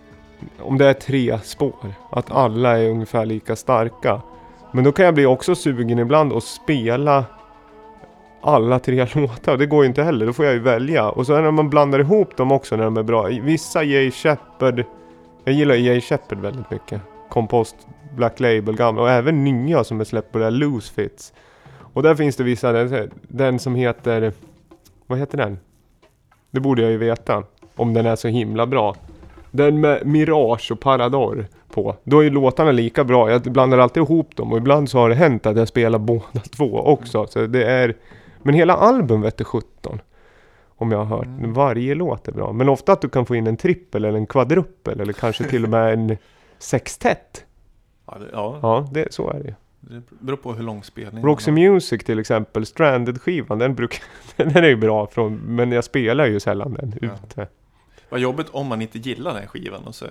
Om det är tre spår. Att alla är ungefär lika starka. Men då kan jag bli också sugen ibland att spela alla tre låtar. Det går ju inte heller. Då får jag ju välja. Och så när man blandar ihop dem också när de är bra. Vissa Jay Shepard... Jag gillar Jay Shepard väldigt mycket. Compost, Black Label, gamla. Och även nya som är släppt på det här Loose Fits. Och där finns det vissa, den, den som heter, vad heter den? Det borde jag ju veta, om den är så himla bra. Den med Mirage och Parador på. Då är ju låtarna lika bra, jag blandar alltid ihop dem. Och ibland så har det hänt att jag spelar båda två också. Så det är, men hela albumet är sjutton. Om jag har hört, Mm. varje låt är bra. Men ofta att du kan få in en trippel eller en kvadruppel. Eller kanske till och med en sextett. Ja, det, ja, Ja, det, så är det ju. det beror på hur lång spelning. Roxy Music till exempel, Stranded-skivan, den, bruk, den är ju bra från, men jag spelar ju sällan den Ja. ute. Vad jobbigt om man inte gillar den skivan och så,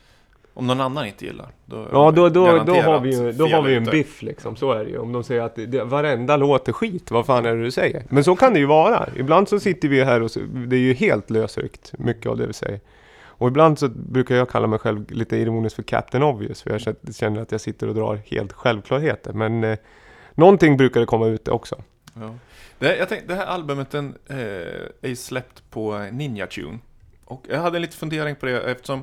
om någon annan inte gillar. Då Ja, då, då, då garanterat har vi ju, då fel har vi ju en ute. biff liksom, så är det ju. Om de säger att det, det, varenda låt är skit, vad fan är det du säger? Men så kan det ju vara. Ibland så sitter vi här och så, det är ju helt lösryckt, mycket av det vi säger. Och ibland så brukar jag kalla mig själv lite ironiskt för Captain Obvious, för jag känner- känner att jag sitter och drar helt självklarheter. Men eh, någonting brukar det komma ut också. Ja. Det, jag tänkte, det här albumet den, eh, är släppt på Ninja Tune. Och jag hade en liten fundering på det eftersom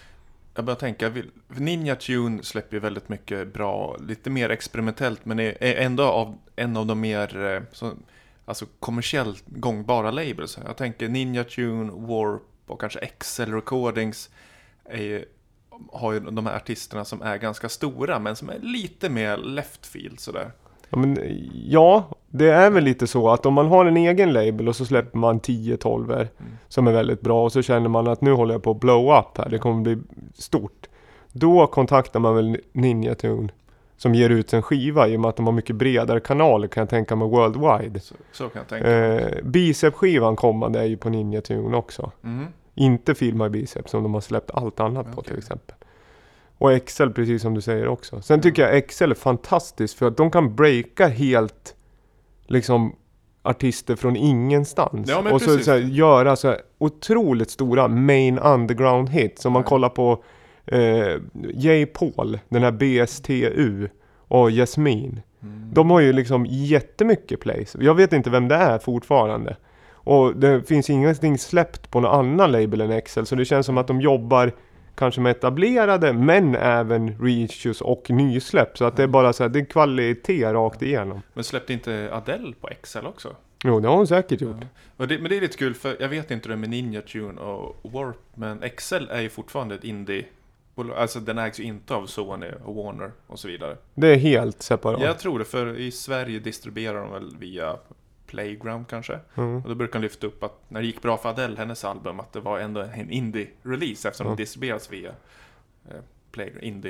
jag började tänka, vill- Ninja Tune släpper ju väldigt mycket bra, lite mer experimentellt, men är, är ändå av, en av de mer eh, så, alltså kommersiellt gångbara labels. Jag tänker Ninja Tune, Warp och kanske Excel Recordings är, ju- har ju de här artisterna som är ganska stora men som är lite mer left field sådär. Ja, men, ja, det är väl lite så att om man har en egen label och så släpper man tio tolv Mm. som är väldigt bra och så känner man att nu håller jag på att blow up här, det kommer bli stort. Då kontaktar man väl Ninja Tune som ger ut en skiva i och med att de har mycket bredare kanaler, kan jag tänka mig, worldwide. Så, så kan jag tänka mig. Eh, Bicep-skivan kommande är ju på Ninja Tune också. Mm. Inte Feel My Bicep som de har släppt allt annat på Okej. till exempel. Och Excel precis som du säger också. Sen tycker jag Excel är fantastiskt för att de kan breaka helt liksom artister från ingenstans. Ja, men och så, precis. så här, göra så här otroligt stora main underground hits. Om man Ja. kollar på eh, J. Paul, den här B S T U och Jasmine. Mm. De har ju liksom jättemycket plays. Jag vet inte vem det är fortfarande. Och det finns ingenting släppt på någon annan label än Excel. Så det känns som att de jobbar kanske med etablerade men även reissues och nysläpp. Så att det är bara så här, det är kvalitet rakt igenom. Men släppte inte Adele på Excel också? Jo, det har hon säkert gjort. Ja. Och det, men det är lite kul för jag vet inte hur det är med Ninja Tune och Warp, men Excel är ju fortfarande ett indie. Alltså den ägs ju inte av Sony och Warner och så vidare. Det är helt separat. Jag tror det, för i Sverige distribuerar de väl via Playground kanske. Mm. Och då brukar de lyfta upp att när det gick bra för Adele, hennes album, att det var ändå en indie-release eftersom Mm. det distribueras via eh, Playground, indie.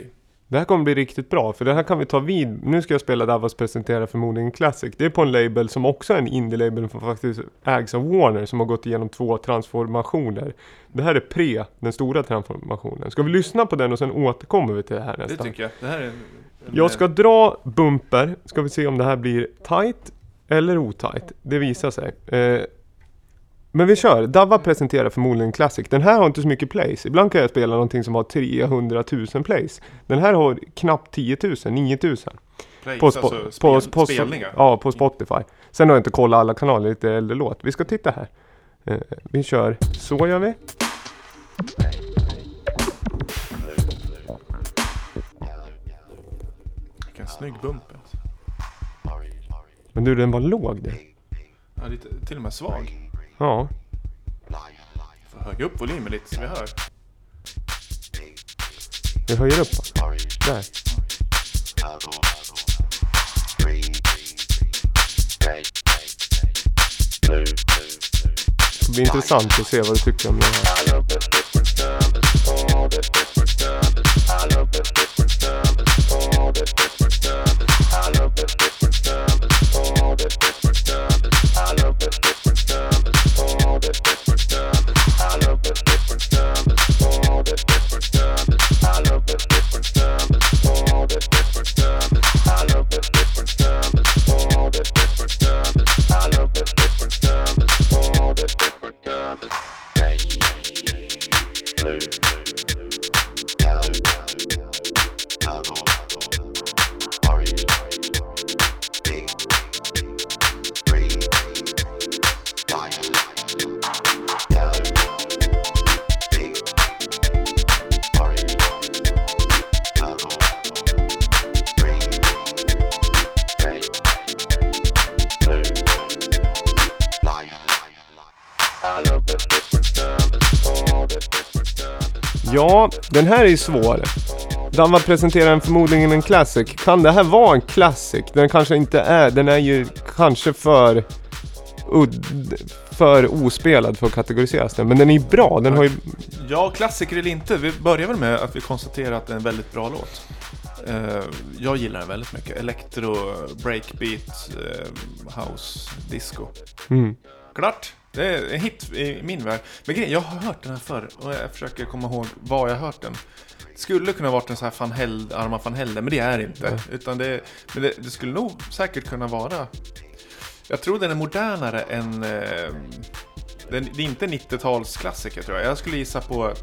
Det här kommer bli riktigt bra, för det här kan vi ta vid. Nu ska jag spela Davas presentera förmodligen Classic. Det är på en label som också är en indie-label som faktiskt ägs av Warner, som har gått igenom två transformationer. Det här är pre den stora transformationen. Ska vi lyssna på den och sen återkommer vi till det här nästan? Det tycker jag. Det här är en, en, Jag ska dra bumper. Ska vi se om det här blir tight eller otight. Det visar sig. Eh, Men vi kör. Dava presenterar förmodligen Classic. Den här har inte så mycket plays. Ibland kan jag spela någonting som har trehundratusen plays. Den här har knappt tio tusen, nio tusen. plays, På, spo- alltså på, spel, på, spelningar. ja, på Spotify. Sen har jag inte kollat alla kanaler, lite äldre låt. Vi ska titta här. Eh, vi kör. Så gör vi. Vilken snygg bumper. Alltså. Men du, den var låg det. Ja, lite, till och med svag. Ja. Får höja upp volymen lite så vi hör. Vi höjer upp. Där. Det blir intressant att se vad du tycker om det här. Ja, den här är ju svår. Dava presenterar en förmodligen en classic. Kan det här vara en classic? Den kanske inte är. Den är ju kanske för udd, för ospelad för att kategoriseras den. Men den är ju bra. Den har ju... Ja, klassiker eller inte. Vi börjar väl med att vi konstaterar att det är en väldigt bra låt. Uh, jag gillar den väldigt mycket. Electro, breakbeat, uh, house, disco. Mm. Klart. Det är en hit i min värld. Men grejen, jag har hört den här förr och jag försöker komma ihåg var jag har hört den. Det skulle kunna varit en så här Van Helde, Arma Van Helde, men det är inte. Mm. Utan det, men det, det skulle nog säkert kunna vara... Jag tror den är modernare än... Eh, den, det är inte nittiotalsklassiker tror jag. Jag skulle gissa på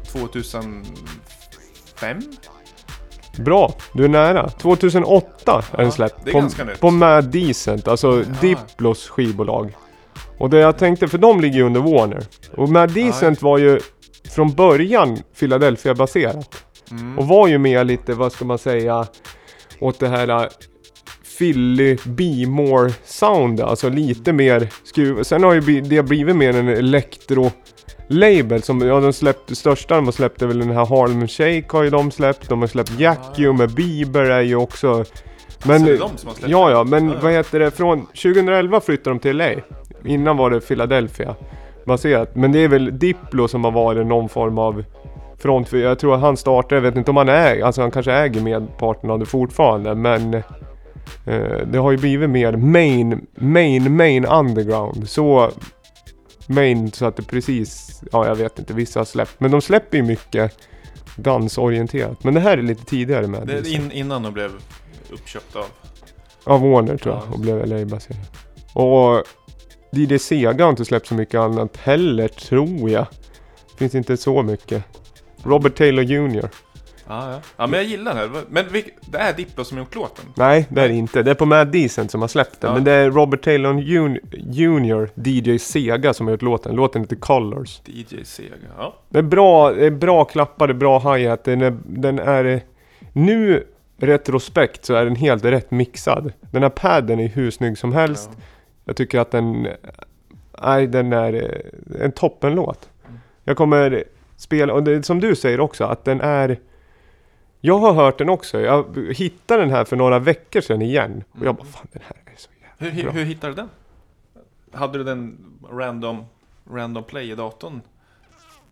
tvåtusenfem. Bra, du är nära. tvåtusenåtta är den släppt. Det är på, ganska nytt. på Mad Decent, alltså Ja. Diplos skivbolag. Och det jag tänkte, för de ligger ju under Warner. Och Mad Decent var ju från början Philadelphia-baserat. Mm. Och var ju med lite, vad ska man säga, åt det här uh, Philly B-more sound. Alltså lite mer skruv. Sen har ju det blivit mer en elektro-label som, ja, de släppte, största de har släppt är väl den här Harlem Shake har ju de släppt. De har släppt Jackie med Bieber är ju också... Men, så det är de som har släppt ja, ja, men ja, ja. vad heter det? Från tjugoelva flyttade de till L A. Innan var det Philadelphia baserat. Men det är väl Diplo som har varit någon form av front. För jag tror att han startade, jag vet inte om han äger, alltså han kanske äger medparten av det fortfarande. Men eh, det har ju blivit mer main, main, main underground. Så main så att det precis, ja jag vet inte, vissa har släppt. Men de släpper ju mycket dansorienterat. Men det här är lite tidigare med. Det är in, innan de blev uppköpt av... Av Warner tror jag, Ja. och blev L A-baserad. Och D J Sega har inte släppt så mycket annat heller, tror jag. Finns inte så mycket. Robert Taylor junior Ja, ja. Ja, men jag gillar den här. Men vilk, det är Diplo som har gjort låten. Nej, det är det inte. Det är på Mad Decent som har släppt den. Ja. Men det är Robert Taylor jun- junior D J Sega som har gjort låten. Låten heter Colors. D J Sega, ja. Det är bra, det är bra klappar, det är bra hi-hat. Den är, den är nu retrospekt så är den helt rätt mixad. Den här padden är hur snygg som helst. Ja. Jag tycker att den, nej, den är eh, en toppenlåt. Mm. Jag kommer spela, och det, som du säger också, att den är... Jag har hört den också. Jag hittade den här för några veckor sedan igen. Och jag bara, fan, den här är så jävla Hur, hur, bra. hur hittade du den? Hade du den random, random play i datorn?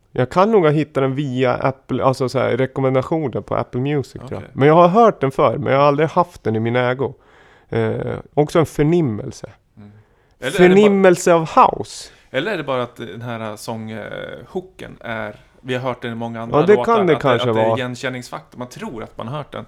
Jag kan nog ha hittat den via Apple, alltså så här, rekommendationer på Apple Music tror jag. Okej. Men jag har hört den förr, men jag har aldrig haft den i min ägo. Eh, också en förnimmelse. Mm. Eller, är det bara, Förnimmelse av house. eller är det bara att den här sånghooken är... Vi har hört den i många andra Ja, det låtar. kan det att, kanske att det är vara. igenkänningsfaktor. Man tror att man har hört den.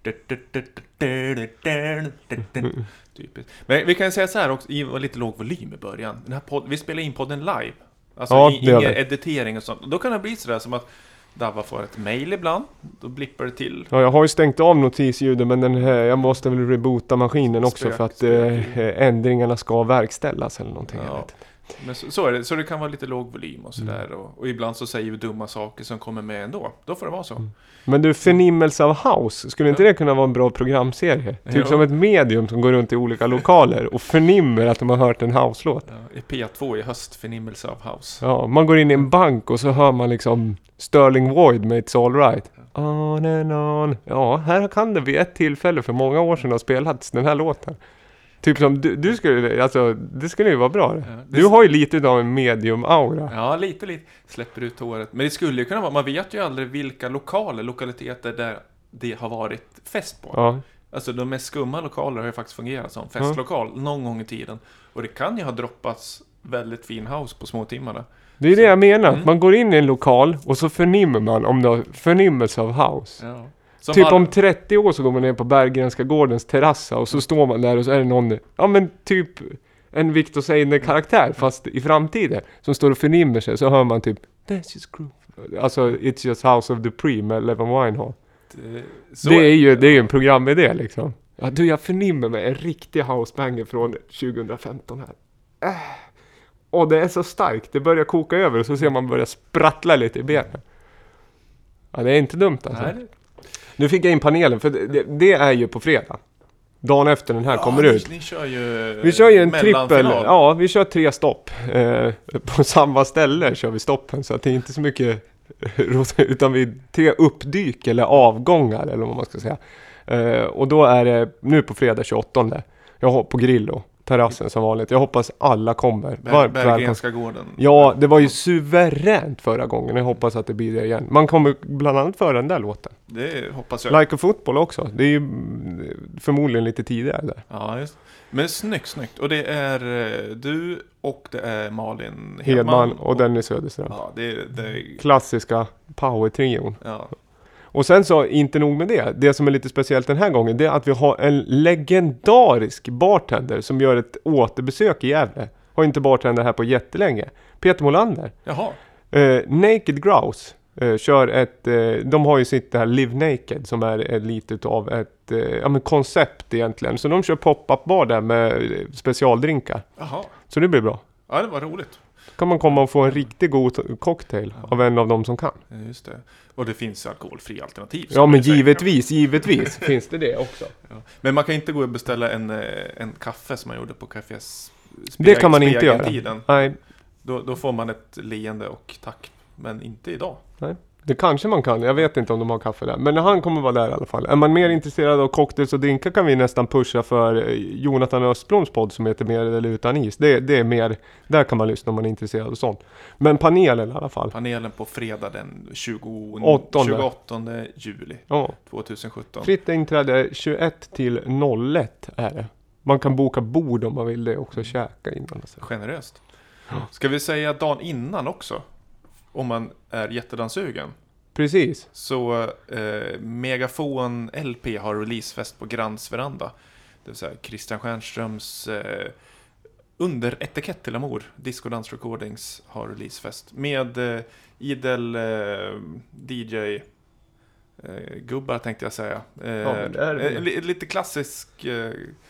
Typiskt. Men vi kan ju säga så här också, i var lite låg volym i början. Den här podd, vi spelar in podden live. Alltså Ja, i- det gör ingen vi. editering och sånt. Och då kan det bli sådär som att Davva får ett mail ibland. Då blippar det till. Ja, jag har ju stängt av notisljudet, men den här, jag måste väl reboota maskinen också Spök, för att spök. eh, ändringarna ska verkställas eller någonting. Jag Ja. vet inte. Men så, så är det. Så det kan vara lite låg volym och sådär. Mm. Och, och ibland så säger vi dumma saker som kommer med ändå. Då får det vara så. Mm. Men du, förnimmelse av house, skulle inte Ja. det kunna vara en bra programserie? Typ Jo. som ett medium som går runt i olika lokaler och förnimmer att de har hört en house-låt. Ja, i P två i höst, förnimmelse av house. Ja, man går in i en bank och så hör man liksom Sterling Void med It's All Right. On and on. Ja, här kan det vid ett tillfälle för många år sedan ha spelats den här låten. Typ som du, du skulle, alltså det skulle ju vara bra det. Ja, det Du har ju lite av en medium-aura. Ja, lite, lite. Släpper ut håret. Men det skulle ju kunna vara, man vet ju aldrig vilka lokaler, lokaliteter där det har varit fest på. Ja. Alltså de mest skumma lokaler har ju faktiskt fungerat som festlokal någon gång i tiden. Och det kan ju ha droppats väldigt fin house på små timmarna. Det är det jag menar. Mm. Man går in i en lokal och så förnimmer man om det har förnimmelse av house. Ja. Som Typ har- om trettio år så går man ner på Berggrenska gårdens terrassa och så står man där och så är det någon, ja men typ en Victor Seidner-karaktär fast i framtiden som står och förnimmer sig, så hör man typ That's just groove. Alltså It's Just House of the Pre med Levin Winehall. det, så Det är ju det är ju en programidé liksom. Ja, du, jag förnimmer mig en riktig housebanger från tjugohundrafemton här. Äh. Och det är så starkt, det börjar koka över och så ser man börja sprattla lite i benen. Ja, det är inte dumt alltså. Nej, det- Nu fick jag in panelen, för det, det, det är ju på fredag. Dagen efter den här Ja, kommer ni, ut. Ni kör ju Vi kör ju en mellanfinal. trippel, ja vi kör tre stopp. Eh, på samma ställe kör vi stoppen, så att det är inte så mycket utan vi tre uppdyk eller avgångar eller vad man ska säga. Eh, och då är det nu på fredag tjugoåttonde. Jag har på Grillo, terrassen som vanligt. Jag hoppas alla kommer. Ber- Varmt välkomna. Berggrenska gården. Ja, det var ju suveränt förra gången. Jag hoppas att det blir det igen. Man kommer bland annat föra den där låten. Det hoppas jag. Like a Football också. Det är ju mm, förmodligen lite tidigare där. Ja, just. Men snyggt, snyggt. Och det är eh, du och det är Malin Hedman och Dennis Söderström. Ja, det är... Det är Klassiska power-trion. ja. Och sen så, inte nog med det. Det som är lite speciellt den här gången, det är att vi har en legendarisk bartender som gör ett återbesök i Gävle. Har inte bartender här på jättelänge. Peter Molander. Jaha. Eh, Naked Grouse eh, kör ett, eh, de har ju sitt det här Live Naked som är eh, lite av ett eh, ja, men koncept egentligen. Så de kör pop-up bar där med eh, specialdrinkar. Jaha. Så det blir bra. Ja, det var roligt. Kan man komma och få en riktigt god cocktail av en av dem som kan. Ja, just det. Och det finns alkoholfria alternativ. Ja, som men det säger. givetvis, givetvis finns det det också. Ja. Men man kan inte gå och beställa en, eh, en kaffe som man gjorde på Cafés Det kan man inte göra. Tiden. Nej, Då, då får man ett leende och tack. Men inte idag. det kanske man kan. Jag vet inte om de har kaffe där. Men han kommer vara där i alla fall. Är man mer intresserad av cocktails och drinkar kan vi nästan pusha för eh, Jonathan Östbloms podd som heter Mer eller utan is. Det, det är mer, där kan man lyssna om man är intresserad av sånt. Men panelen i alla fall. Panelen på fredag den tjugo, Åttonde. tjugoåttonde juli Ja, tjugohundrasjutton. fritt inträde tjugoett till noll ett är det. Man kan boka bord om man vill det också, käka innan. Och så. Generöst. Ska vi säga dagen innan också? Om man är jättedanssugen. Precis. Så eh, Megafon L P har releasefest på Grands veranda. Det vill säga Christian Stjernströms eh, under etikett till Amor, Disco Dance Recordings har releasefest. Med eh, idel eh, D J eh, gubbar tänkte jag säga. Eh, Ja, men det är det. eh, li- lite klassisk eh,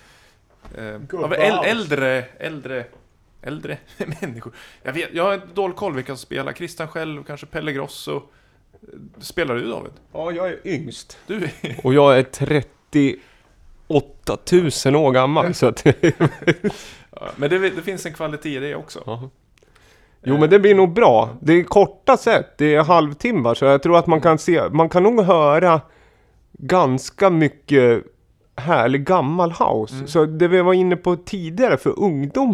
eh, Gubbar av äl- house. äldre äldre äldre människor. Jag vet, jag har dålig koll vilka som spelar. Christian själv, kanske Pelle Grosso. Spelar du, David? Ja, jag är yngst. Du är... Och jag är trettioåtta tusen år gammal. Så att Ja, men det, det finns en kvalitet i det också. Ja. Jo, men det blir nog bra. Det är korta sätt. Det är halvtimmar. Så jag tror att man kan se, man kan nog höra ganska mycket härlig gammal house. Mm. Så det vi var inne på tidigare för ungdom.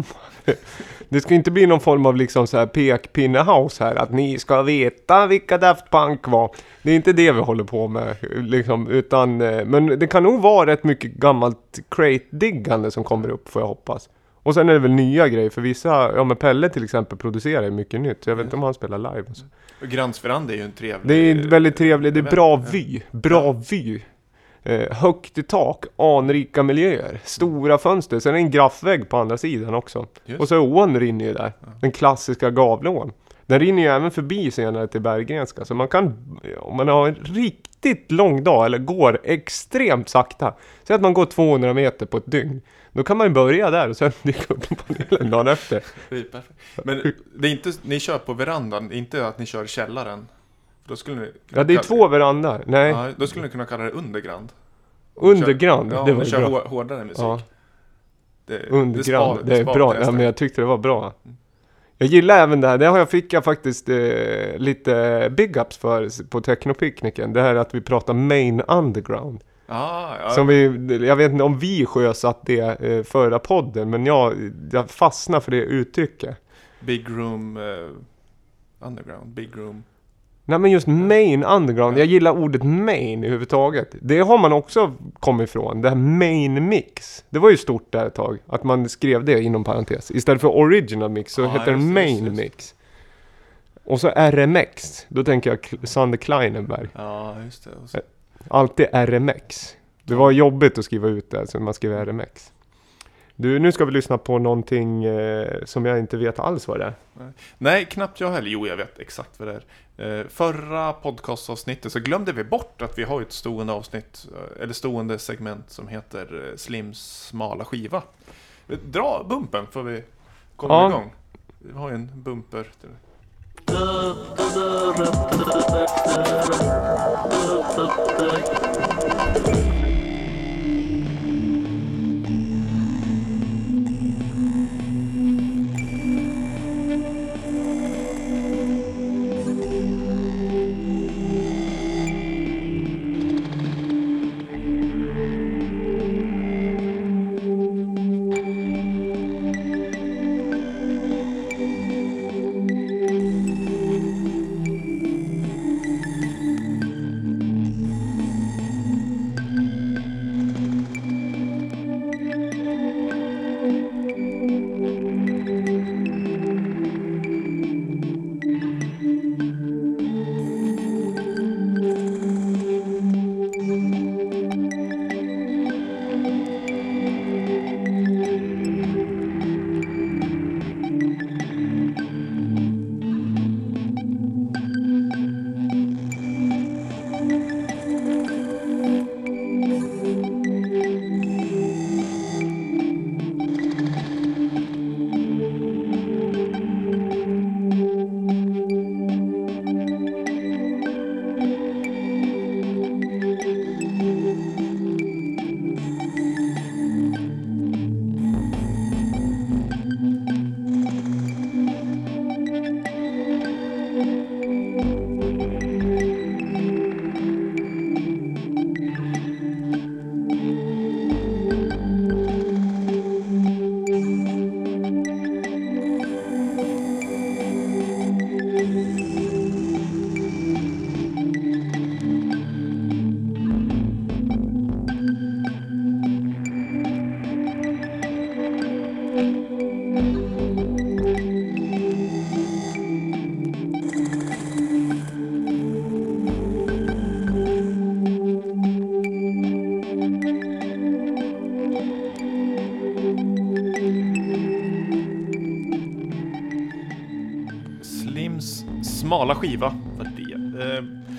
Det ska inte bli någon form av liksom så här pekpinne-house här. Att ni ska veta vilka Daft Punk var. Det är inte det vi håller på med. Liksom, utan, men det kan nog vara rätt mycket gammalt crate-diggande som kommer upp, får jag hoppas. Och sen är det väl nya grejer. För vissa, ja men Pelle till exempel producerar ju mycket nytt. Så jag vet inte om han spelar live. Och så. Och Grandsveranda är ju en trevlig... Det är väldigt trevligt. Det är bra event. vy. Bra vy. Eh, högt i tak, anrika miljöer, stora fönster, sen är det en graffvägg på andra sidan också. Just. Och så ån rinner ju där, den klassiska Gavleån. Den rinner ju även förbi senare till Berggrenska, så man kan, om man har en riktigt lång dag eller går extremt sakta, så att man går tvåhundra meter på ett dygn, då kan man ju börja där och sen dyka upp på panelen dagen efter. Det är perfekt. Men det är inte, ni kör på verandan, inte att ni kör i källaren. Då skulle ni Ja, det är två verandar. Nej, Ja, då skulle ni kunna kalla det undergrand. undergrand, Ja, det om var ni kör bra. hår- hårdare musik. Ja. Det, Underground, spar- det är spar bra. till Ja, nästa men jag tyckte det var bra. Jag gillar även det här. Det har jag fick jag faktiskt eh, lite big ups för på Technopicniken. Det här att vi pratar main underground. Ah, ja. Som vi, jag vet inte om vi sjösatt det eh, förra podden, men jag, jag fastnar för det uttrycket. Big room eh, underground, big room. Nej, men just main underground. Jag gillar ordet main i huvudtaget. Det har man också kommit ifrån. Det här main mix. Det var ju stort där ett tag. Att man skrev det inom parentes. Istället för original mix så Ja, heter det just det, main just det. mix. Och så R M X. Då tänker jag K- Sander Kleinenberg. Ja, just det. Och så, Alltid R M X. Det var jobbigt att skriva ut det så man skrev R M X. Du, nu ska vi lyssna på någonting eh, som jag inte vet alls vad det är. nej, knappt jag heller. Jo, jag vet exakt vad det är. Eh, förra podcastavsnittet så glömde vi bort att vi har ett stående avsnitt, eh, eller stående segment som heter eh, Slims smala skiva. Dra bumpen för vi kommer Ja. igång. Vi har ju en bumper. Till. Smala skiva var det. Eh,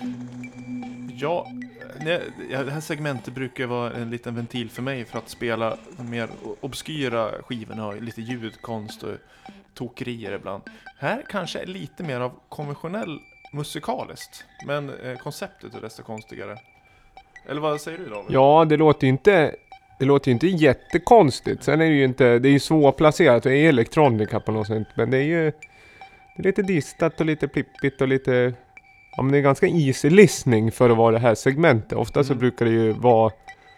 ja, nej, det här segmentet brukar vara en liten ventil för mig för att spela de mer obskyra skivorna och lite ljudkonst och tokerier ibland. Här kanske är lite mer av konventionell musikaliskt, men eh, konceptet är desto konstigare. Eller vad säger du då? Ja, det låter ju inte, det låter ju inte jättekonstigt. Sen är det ju inte, det är ju svårplacerat, det är elektronika på något sätt, men det är ju det är lite distat och lite plippigt och lite, ja men det är ganska easy listening för att vara det här segmentet. Ofta så Mm. brukar det ju vara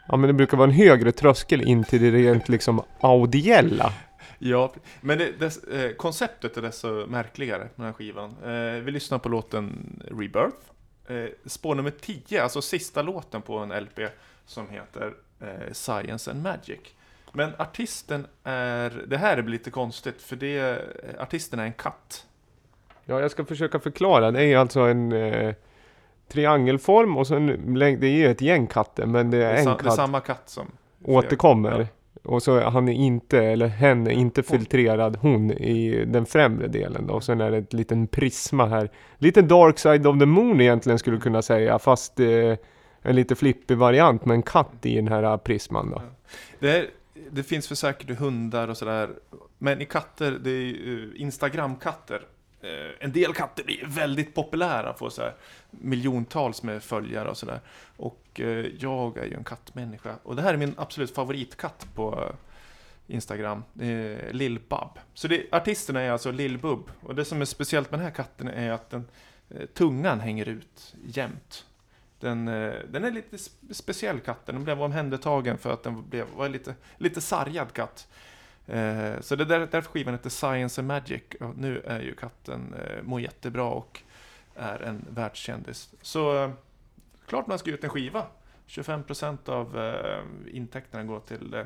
Ja, men det brukar vara en högre tröskel in till det rent liksom audiella. Ja, men det, det, eh, konceptet är desto märkligare med den här skivan. Eh, vi lyssnar på låten Rebirth. Eh, spår nummer tio, alltså sista låten på en L P som heter eh, Science and Magic. Men artisten är, det här är lite konstigt för det, artisten är en katt. Ja, jag ska försöka förklara. Det är alltså en eh, triangelform och sen det är ett gäng katter, men det är, Det är, en sa, katt det är samma katt som återkommer. Ja. Och så är han är inte, eller hen är inte filtrerad, hon i den främre delen då. Och sen är det ett liten prisma här. Lite Dark Side of the Moon egentligen skulle kunna säga, fast eh, en lite flippig variant med en katt i den här prisman då. Det, är, det finns för säkert hundar och sådär, men i katter, det är uh, Instagram-katter. Uh, en del katter blir väldigt populära, får så här miljontals med följare och sådär. Och uh, jag är ju en kattmänniska. Och det här är min absolut favoritkatt på uh, Instagram. Uh, Lil Bub. Så det, artisterna är alltså Lil Bub. Och det som är speciellt med den här katten är att den, uh, tungan hänger ut jämt. Den, den är lite speciell katten. Den blev omhändertagen för att den blev, var lite, lite sargad katt. Eh, så det där, därför skivan heter Science and Magic. Och nu är ju katten eh, mår jättebra och är en världskändis. Så eh, klart man ska ut en skiva. tjugofem procent av eh, intäkterna går till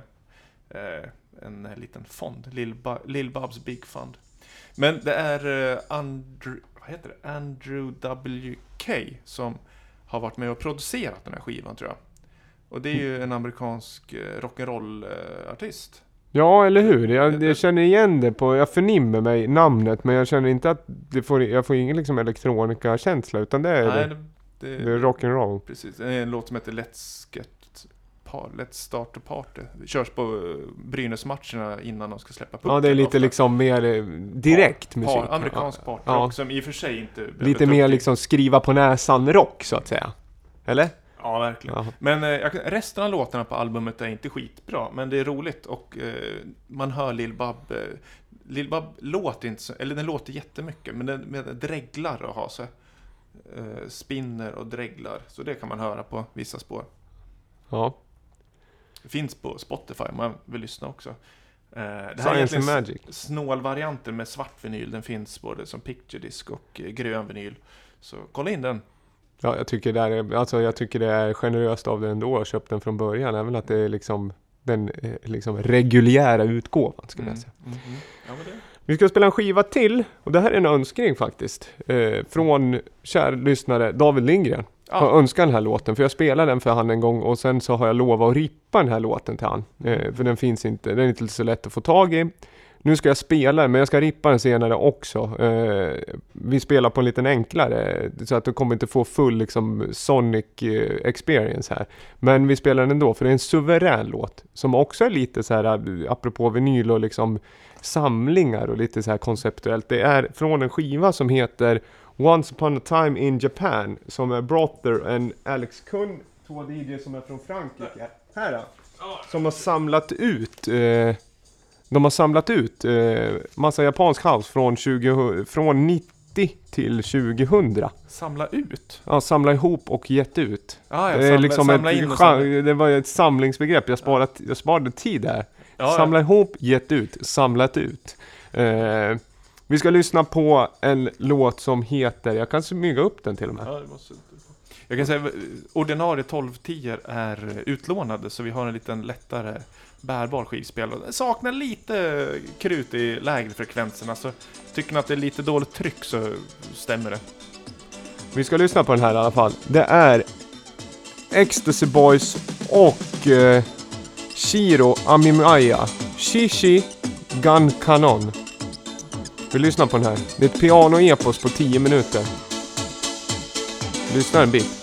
eh, en liten fond. Lil, Bu- Lil Bubs Big Fund. Men det är eh, Andrew, vad heter det? Andrew W K som har varit med och producerat den här skivan, tror jag. Och det är ju en amerikansk eh, rock'n'roll-artist. Ja, eller hur? Jag, jag känner igen det på, jag förnimmer mig namnet, men jag känner inte att det får, jag får ingen liksom elektronika-känsla, utan det är, Nej, det, det, det är rock'n'roll. Precis, det är en låt som heter Let's Get Par, Let's Start a Party. Det körs på Brynäs-matcherna innan de ska släppa pucken. Ja, det är lite ofta. liksom mer eh, direkt par, musik. par, amerikansk partrock Ja. som i och för sig inte... Lite mer liksom skriva på näsan rock, så att säga. Eller? Ja, verkligen. Ja. Men eh, jag kan- resten av låtarna på albumet är inte skitbra, men det är roligt och eh, man hör Lil Bub. Eh, Lil Bub låter inte så, eller den låter jättemycket, men den med dreglar och har så eh, spinner och dreglar, så det kan man höra på vissa spår. Ja. Det finns på Spotify om man vill lyssna också. Eh, det här är Science and egentligen Magic. s- snålvarianten med svart vinyl. Den finns både som picture disc och eh, grön vinyl. Så kolla in den. Ja, jag tycker det är, alltså jag tycker det är generöst av det ändå att köpa den från början, även att det är liksom den eh, liksom reguljära utgåvan, skulle jag säga. Mm, mm. Ja, men det. Vi ska spela en skiva till, och det här är en önskning faktiskt, eh, från kär lyssnare David Lindgren. Ja. Har önskat den här låten, för jag spelade den för han en gång och sen så har jag lovat att rippa den här låten till han. Eh, för den finns inte, den är inte så lätt att få tag i. Nu ska jag spela den, men jag ska rippa den senare också. Eh, vi spelar på en liten enklare, så att du kommer inte få full liksom Sonic eh, experience här. Men vi spelar den ändå, för det är en suverän låt. Som också är lite så här, eh, apropå vinyl och liksom samlingar och lite så här konceptuellt. Det är från en skiva som heter Once upon a time in Japan, som är Brother and Alex Kuhn, två D J som är från Frankrike. Här då. Som har samlat ut eh, de har samlat ut eh, massa japansk house från, tjugo, från nittio till tjugohundra. Samla ut? Ja, samla ihop och gett ut. Ah, ja, Det är samla, liksom samla ett, in och cha- samla. det var ett samlingsbegrepp. Jag sparade, jag sparade tid där. Ja, Samla ihop, gett ut, samlat ut. Eh, vi ska lyssna på en låt som heter, jag kan smyga upp den till och med. Ja, det måste... Jag kan säga ordinarie tolv tio är utlånade, så vi har en liten lättare bärbar skivspelare. Det saknar lite krut i lägre frekvenserna, så tycker ni att det är lite dåligt tryck så stämmer det. Vi ska lyssna på den här i alla fall. Det är Ecstasy Boys och eh, Shiro Amimaya, Shishi Gun Kanon. Vi lyssnar på den här. Det är ett piano-epos på tio minuter. Lyssna en bit.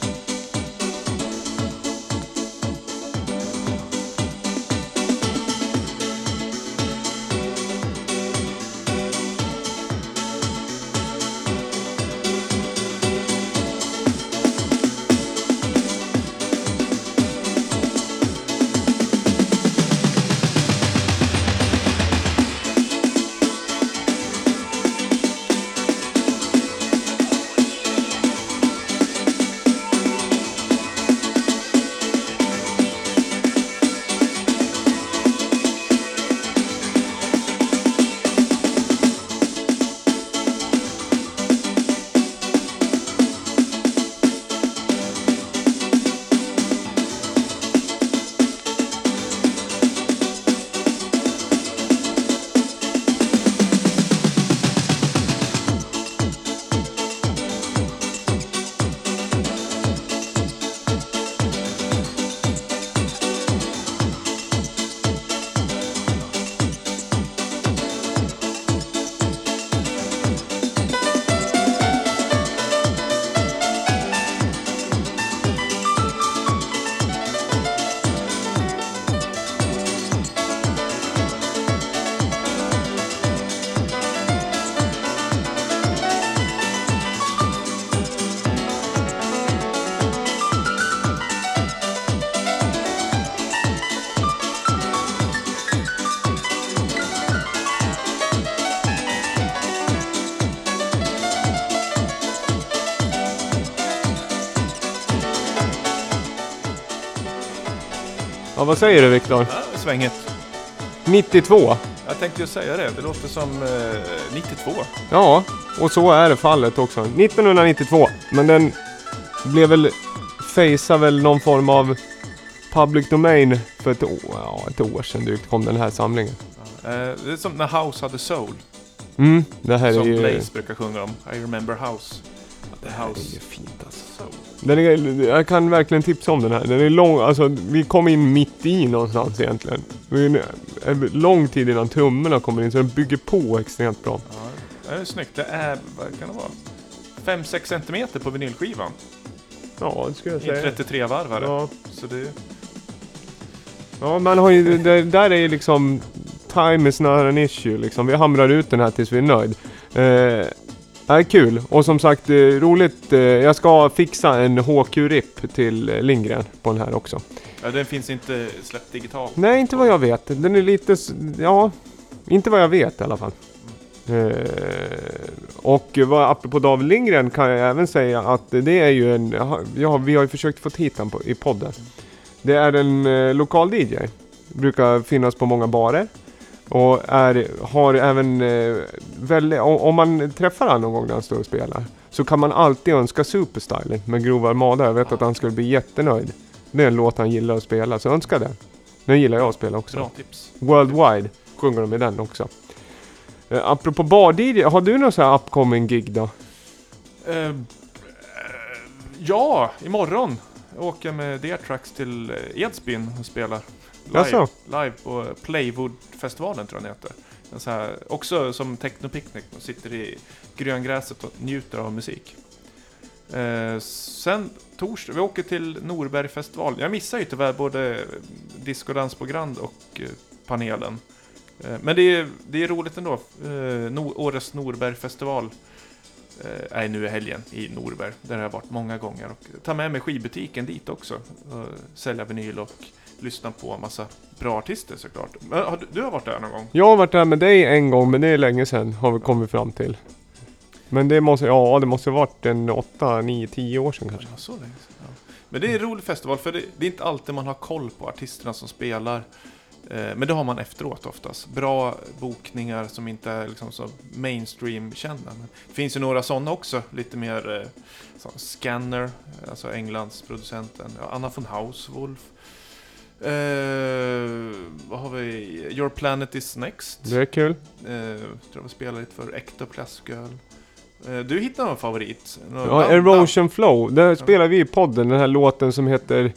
Ja, vad säger du, Viktor? Ja, svänget. nittiotvå. Jag tänkte ju säga det. Det låter som eh, nittiotvå. Ja, och så är det fallet också. nittonhundranittiotvå. Men den blev väl... Facear väl någon form av public domain för ett år, ja, ett år sedan drygt kom den här samlingen. Ja, eh, det är som när House hade soul. Mm, det här Som är ju... Blaze brukar sjunga om. I remember House. Det här House. är ju fint alltså. Soul. Den är, jag kan verkligen tipsa om den här. Den är lång, alltså vi kom in mitt i någonstans egentligen. Det är en lång tid innan trummorna kommer in, så den bygger på extremt bra. Ja, det är snyggt. Det är, vad kan det vara? fem sex centimeter på vinylskivan. Ja, det skulle jag I en säga. trettiotre-varvare. Ja. Så det... Ja, man har ju, det, där är ju liksom time is not an issue liksom. Vi hamrar ut den här tills vi är nöjd. Eh, är kul. Och som sagt, eh, roligt. Eh, jag ska fixa en H Q-rip till eh, Lindgren på den här också. Ja, den finns inte släppt digitalt. Nej, inte vad jag vet. Den är lite, s- ja, inte vad jag vet i alla fall. Eh, och vad, apropå David Lindgren kan jag även säga att det är ju en, ja, vi har ju försökt få hit den på, i podden. Det är en eh, lokal D J. Brukar finnas på många barer. Och är, har även eh, väldigt, om, om man träffar han någon gång när han står och spelar, så kan man alltid önska Superstyling med Grov Armada. Jag vet att han skulle bli jättenöjd. Det är en låt han gillar att spela, så önska det. Den gillar jag att spela också. Bra tips. Worldwide sjunger de i den också. Eh, apropå bar-D J, har du någon sån här upcoming gig då? Eh, eh, ja, imorgon åker jag med Deatrax till eh, Edsbyn och spelar live, Jaså? live på Playwood-festivalen tror jag den heter. En så här, också som Techno-Picnic och sitter i gröngräset och njuter av musik. Eh, sen torsdag, vi åker till Norbergfestival. Jag missar ju tyvärr både Disco Dans på Grand och eh, panelen. Eh, men det är, det är roligt ändå. Eh, no, årets Norbergfestival eh, är nu i helgen i Norberg. Där har jag varit många gånger. Och ta med mig skivbutiken dit också. Och sälja vinyl och lyssna på en massa bra artister såklart. Men, har du, du har varit där någon gång? Jag har varit där med dig en gång, men det är länge sedan har vi kommit fram till. Men det måste, ja, det måste ha varit en åtta, nio, tio år sedan kanske. Ja, så länge sedan, ja. Men det är en rolig festival för det, det är inte alltid man har koll på artisterna som spelar. Eh, men det har man efteråt oftast. Bra bokningar som inte är liksom så mainstream-kända. Men det finns ju några sådana också. Lite mer eh, så, Scanner, alltså Englands producenten. Ja, Anna von Hauswolf. Eh, vad har vi? Your Planet is Next. Det är kul. Eh, tror jag spelar lite för Ectoplasm Girl. Eh, du hittar någon favorit? Någon Ja, dan- Erosion Flow. Där spelar vi i podden den här låten som heter...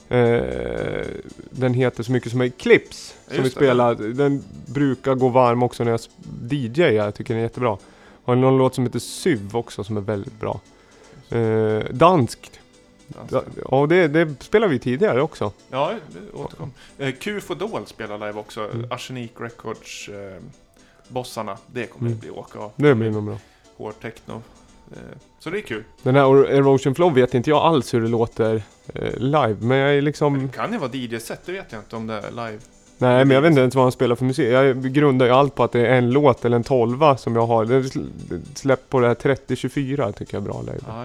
Eh, den heter så mycket som Eclipse. Som Just vi det. spelar. Den brukar gå varm också när jag s- D J. Jag tycker den är jättebra. Har någon låt som heter Syv också som är väldigt bra. Eh, danskt. dan- Ja, det, det spelar vi tidigare också. Ja, det återkom. Eh, Q Fodol spelar live också. Mm. Arsenic Records eh, bossarna. Det kommer Mm. det bli åka av. Det blir nog bra. Hård techno. Eh, så det är kul. Den här Or- Erosion Flow vet inte jag alls hur det låter eh, live. Men jag är Men liksom... det kan ju vara D J-set, det vet jag inte om det är live. Nej, men jag vet inte ens vad han spelar för musik. Jag grundar ju allt på att det är en låt eller en tolva som jag har. Det är sl- släppt på det här trettio tjugofyra tycker jag är bra live. Ja.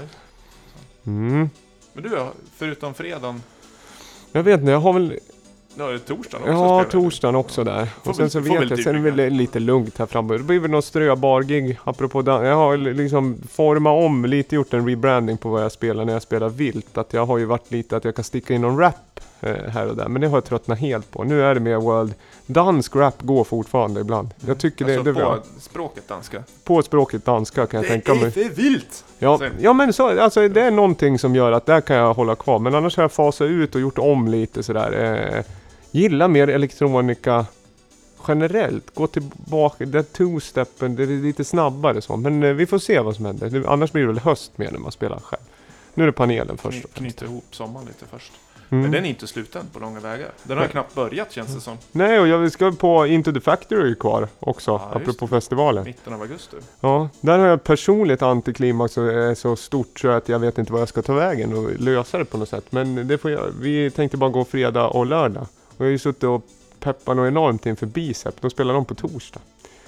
Mm. Men du, ja, förutom fredagen, Jag vet inte, jag har väl... då är det torsdagen också. Ja, spelar du. torsdagen också där. Får Och sen väl- så får vet väl jag, typ sen är det ligga. lite lugnt här framme. Det blir väl någon ströbargig apropå dan- jag har liksom format om, lite gjort en rebranding på vad jag spelar när jag spelar vilt. Att jag har ju varit lite att jag kan sticka in någon rap eh, här och där. Men det har jag tröttnat helt på. Nu är det mer world. Dansk rap går fortfarande ibland. Jag tycker Alltså det, det är på bra. språket danska. På språket danska kan jag tänka mig. för vilt! Ja, Sen- ja men så, alltså, det är någonting som gör att där kan jag hålla kvar. Men annars har jag fasat ut och gjort om lite sådär. Eh, gillar mer elektronika generellt. Gå tillbaka, det two-steppen, det är lite snabbare så. Men eh, vi får se vad som händer. Det, annars blir det väl höst mer när man spelar själv. Nu är det panelen först. Kny- Knyta ihop sommaren lite först. Mm. Men den är inte sluten på långa vägar. Den har Nej. knappt börjat känns det som. Nej, och jag ska på Into the Factory kvar också. Ja, just apropå festivalen. Mitten av augusti. Ja, där har jag personligt antiklimax och är så stort så att jag vet inte vad jag ska ta vägen och lösa det på något sätt. Men det får jag, vi tänkte bara gå fredag och lördag. Och jag har ju suttit och peppat något enormt inför Bicep. De spelar de på torsdag.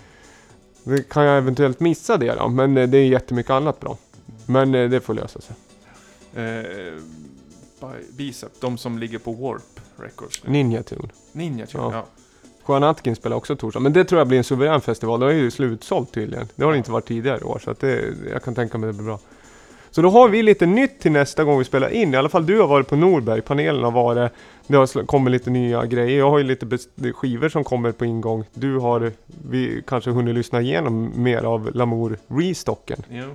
Det kan jag eventuellt missa det då, men det är jättemycket annat bra. Men eh, det får lösa sig. Eh, by- Bicep, de som ligger på Warp. Records? Ninja Tune. Ninja Tune, Ja. ja. Juan Atkins spelar också torsdag. Men det tror jag blir en suverän festival. Det är ju slutsålt tydligen. Det har det Ja. inte varit tidigare år. Så att det, jag kan tänka mig det blir bra. Så då har vi lite nytt till nästa gång vi spelar in. I alla fall du har varit på Norberg. Panelen har varit. Det har sl- kommit lite nya grejer. Jag har ju lite bes- skivor som kommer på ingång. Du har vi kanske hunnit lyssna igenom mer av Lamour Restocken. Jo.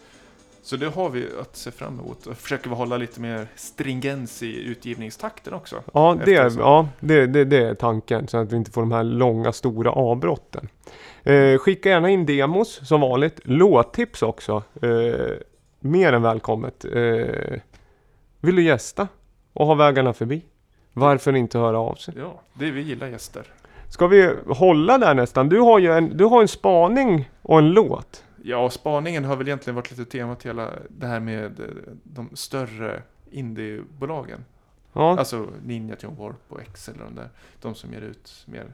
Så det har vi att se fram emot. Och försöker vi hålla lite mer stringens i utgivningstakten också. Ja, det, Eftersom- ja det, det, det är tanken. Så att vi inte får de här långa, stora avbrotten. Eh, skicka gärna in demos som vanligt. Låttips också. Eh, mer än välkommet. Eh, vill du gästa och ha vägarna förbi? Varför inte höra av sig? Ja, det vi gillar gäster. Ska vi hålla där nästan? Du har ju en, du har en spaning och en låt. Ja, spaningen har väl egentligen varit lite tema till hela det här med eh, de större indiebolagen. Ja, Alltså Ninja Tune, Warp och X eller de där. De som ger ut mer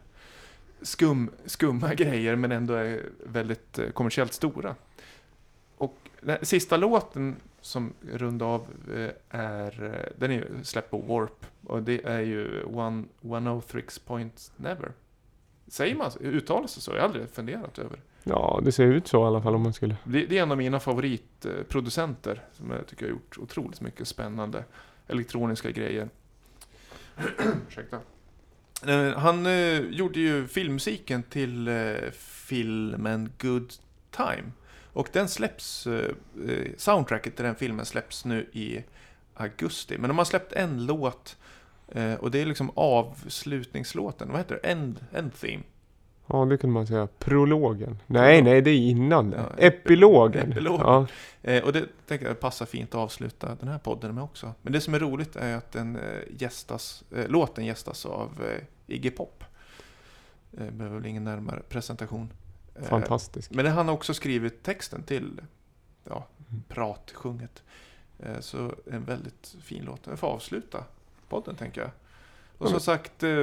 skum, skumma grejer men ändå är väldigt eh, kommersiellt stora. Och den sista låten som rundar av eh, är, eh, den är ju släppt på Warp. Och det är ju One, one oh three point never. Säger man, uttalas det så? Jag har aldrig funderat över. ja, det ser ut så i alla fall om man skulle. Det, det är en av mina favoritproducenter som jag tycker har gjort otroligt mycket spännande elektroniska grejer. Ursäkta. Eh, Han eh, gjorde ju filmmusiken till eh, filmen Good Time. Och den släpps, eh, eh, soundtracket till den filmen släpps nu i augusti. Men de har släppt en låt eh, och det är liksom avslutningslåten. Vad heter det? End, end theme. Ja, det kan man säga. Prologen. Nej, nej, det är innan det. Ja, Epilogen. epilogen. Ja. Eh, och det tänker jag passar fint att avsluta den här podden med också. Men det som är roligt är att den eh, gästas, eh, låten gästas av eh, Iggy Pop. Eh, behöver väl ingen närmare presentation. Eh, Fantastiskt. Men han har också skrivit texten till ja, pratsjunget. Eh, så en väldigt fin låt. Jag får avsluta podden tänker jag. Och som sagt, eh,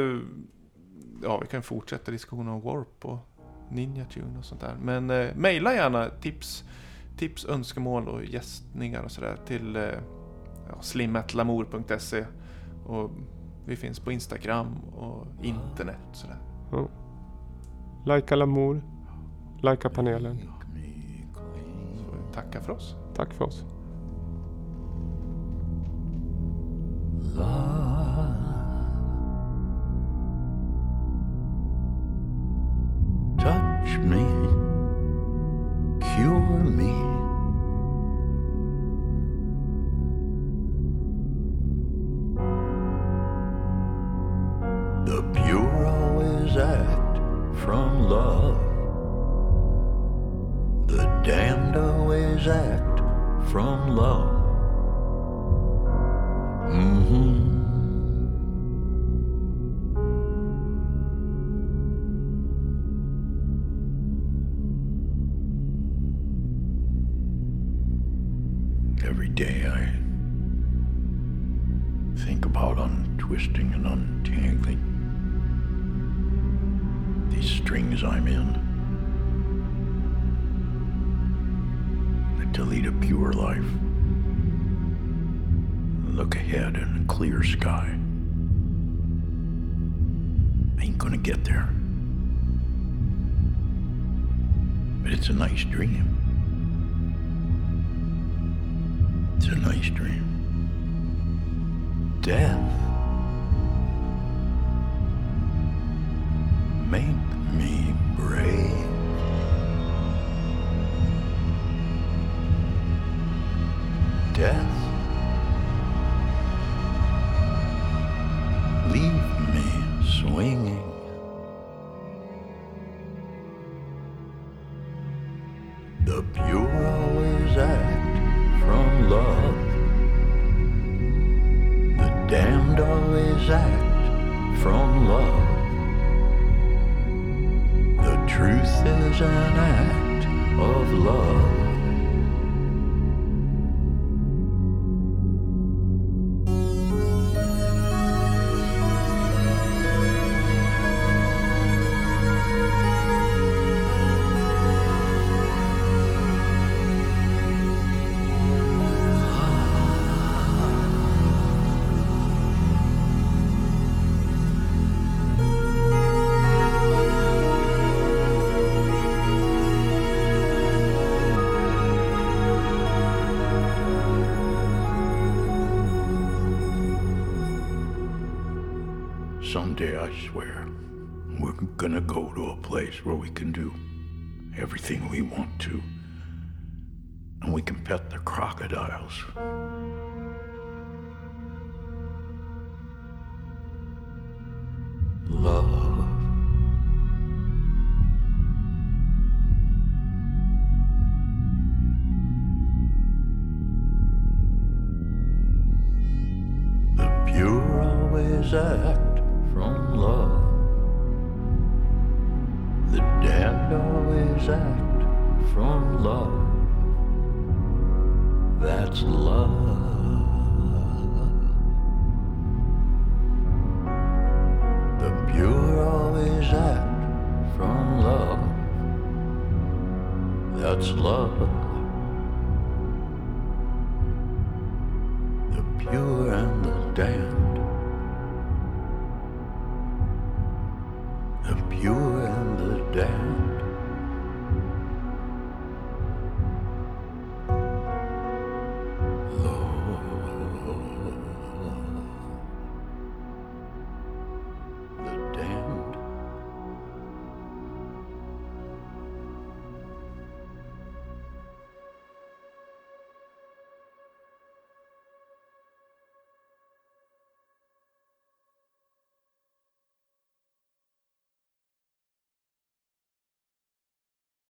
ja vi kan fortsätta diskussionen om Warp och Ninja Tune och sånt där. Men eh, mejla gärna tips, tips, önskemål och gästningar och sådär till eh, ja, slim at lamour punkt se. Och vi finns på Instagram och internet och sådär. Ja. Lajka Lamour. Lajka panelen. Så tacka för oss. Tack för oss. Touch me, cure me. The pure always act from love. The damned always act from love. Mm-hmm. Every day I think about untwisting and untangling these strings I'm in, to lead a pure life, look ahead in a clear sky. I ain't gonna get there, but it's a nice dream. It's a nice dream. Death, make me brave. Death, leave me swinging. The pure always act from love. The damned always act from love. The truth is an act of love. someday, I swear, we're gonna go to a place where we can do everything we want to. And we can pet the crocodiles. Love. The pure always act from love. The damned always act from love. That's love. The pure always act from love. That's love. The pure and the damned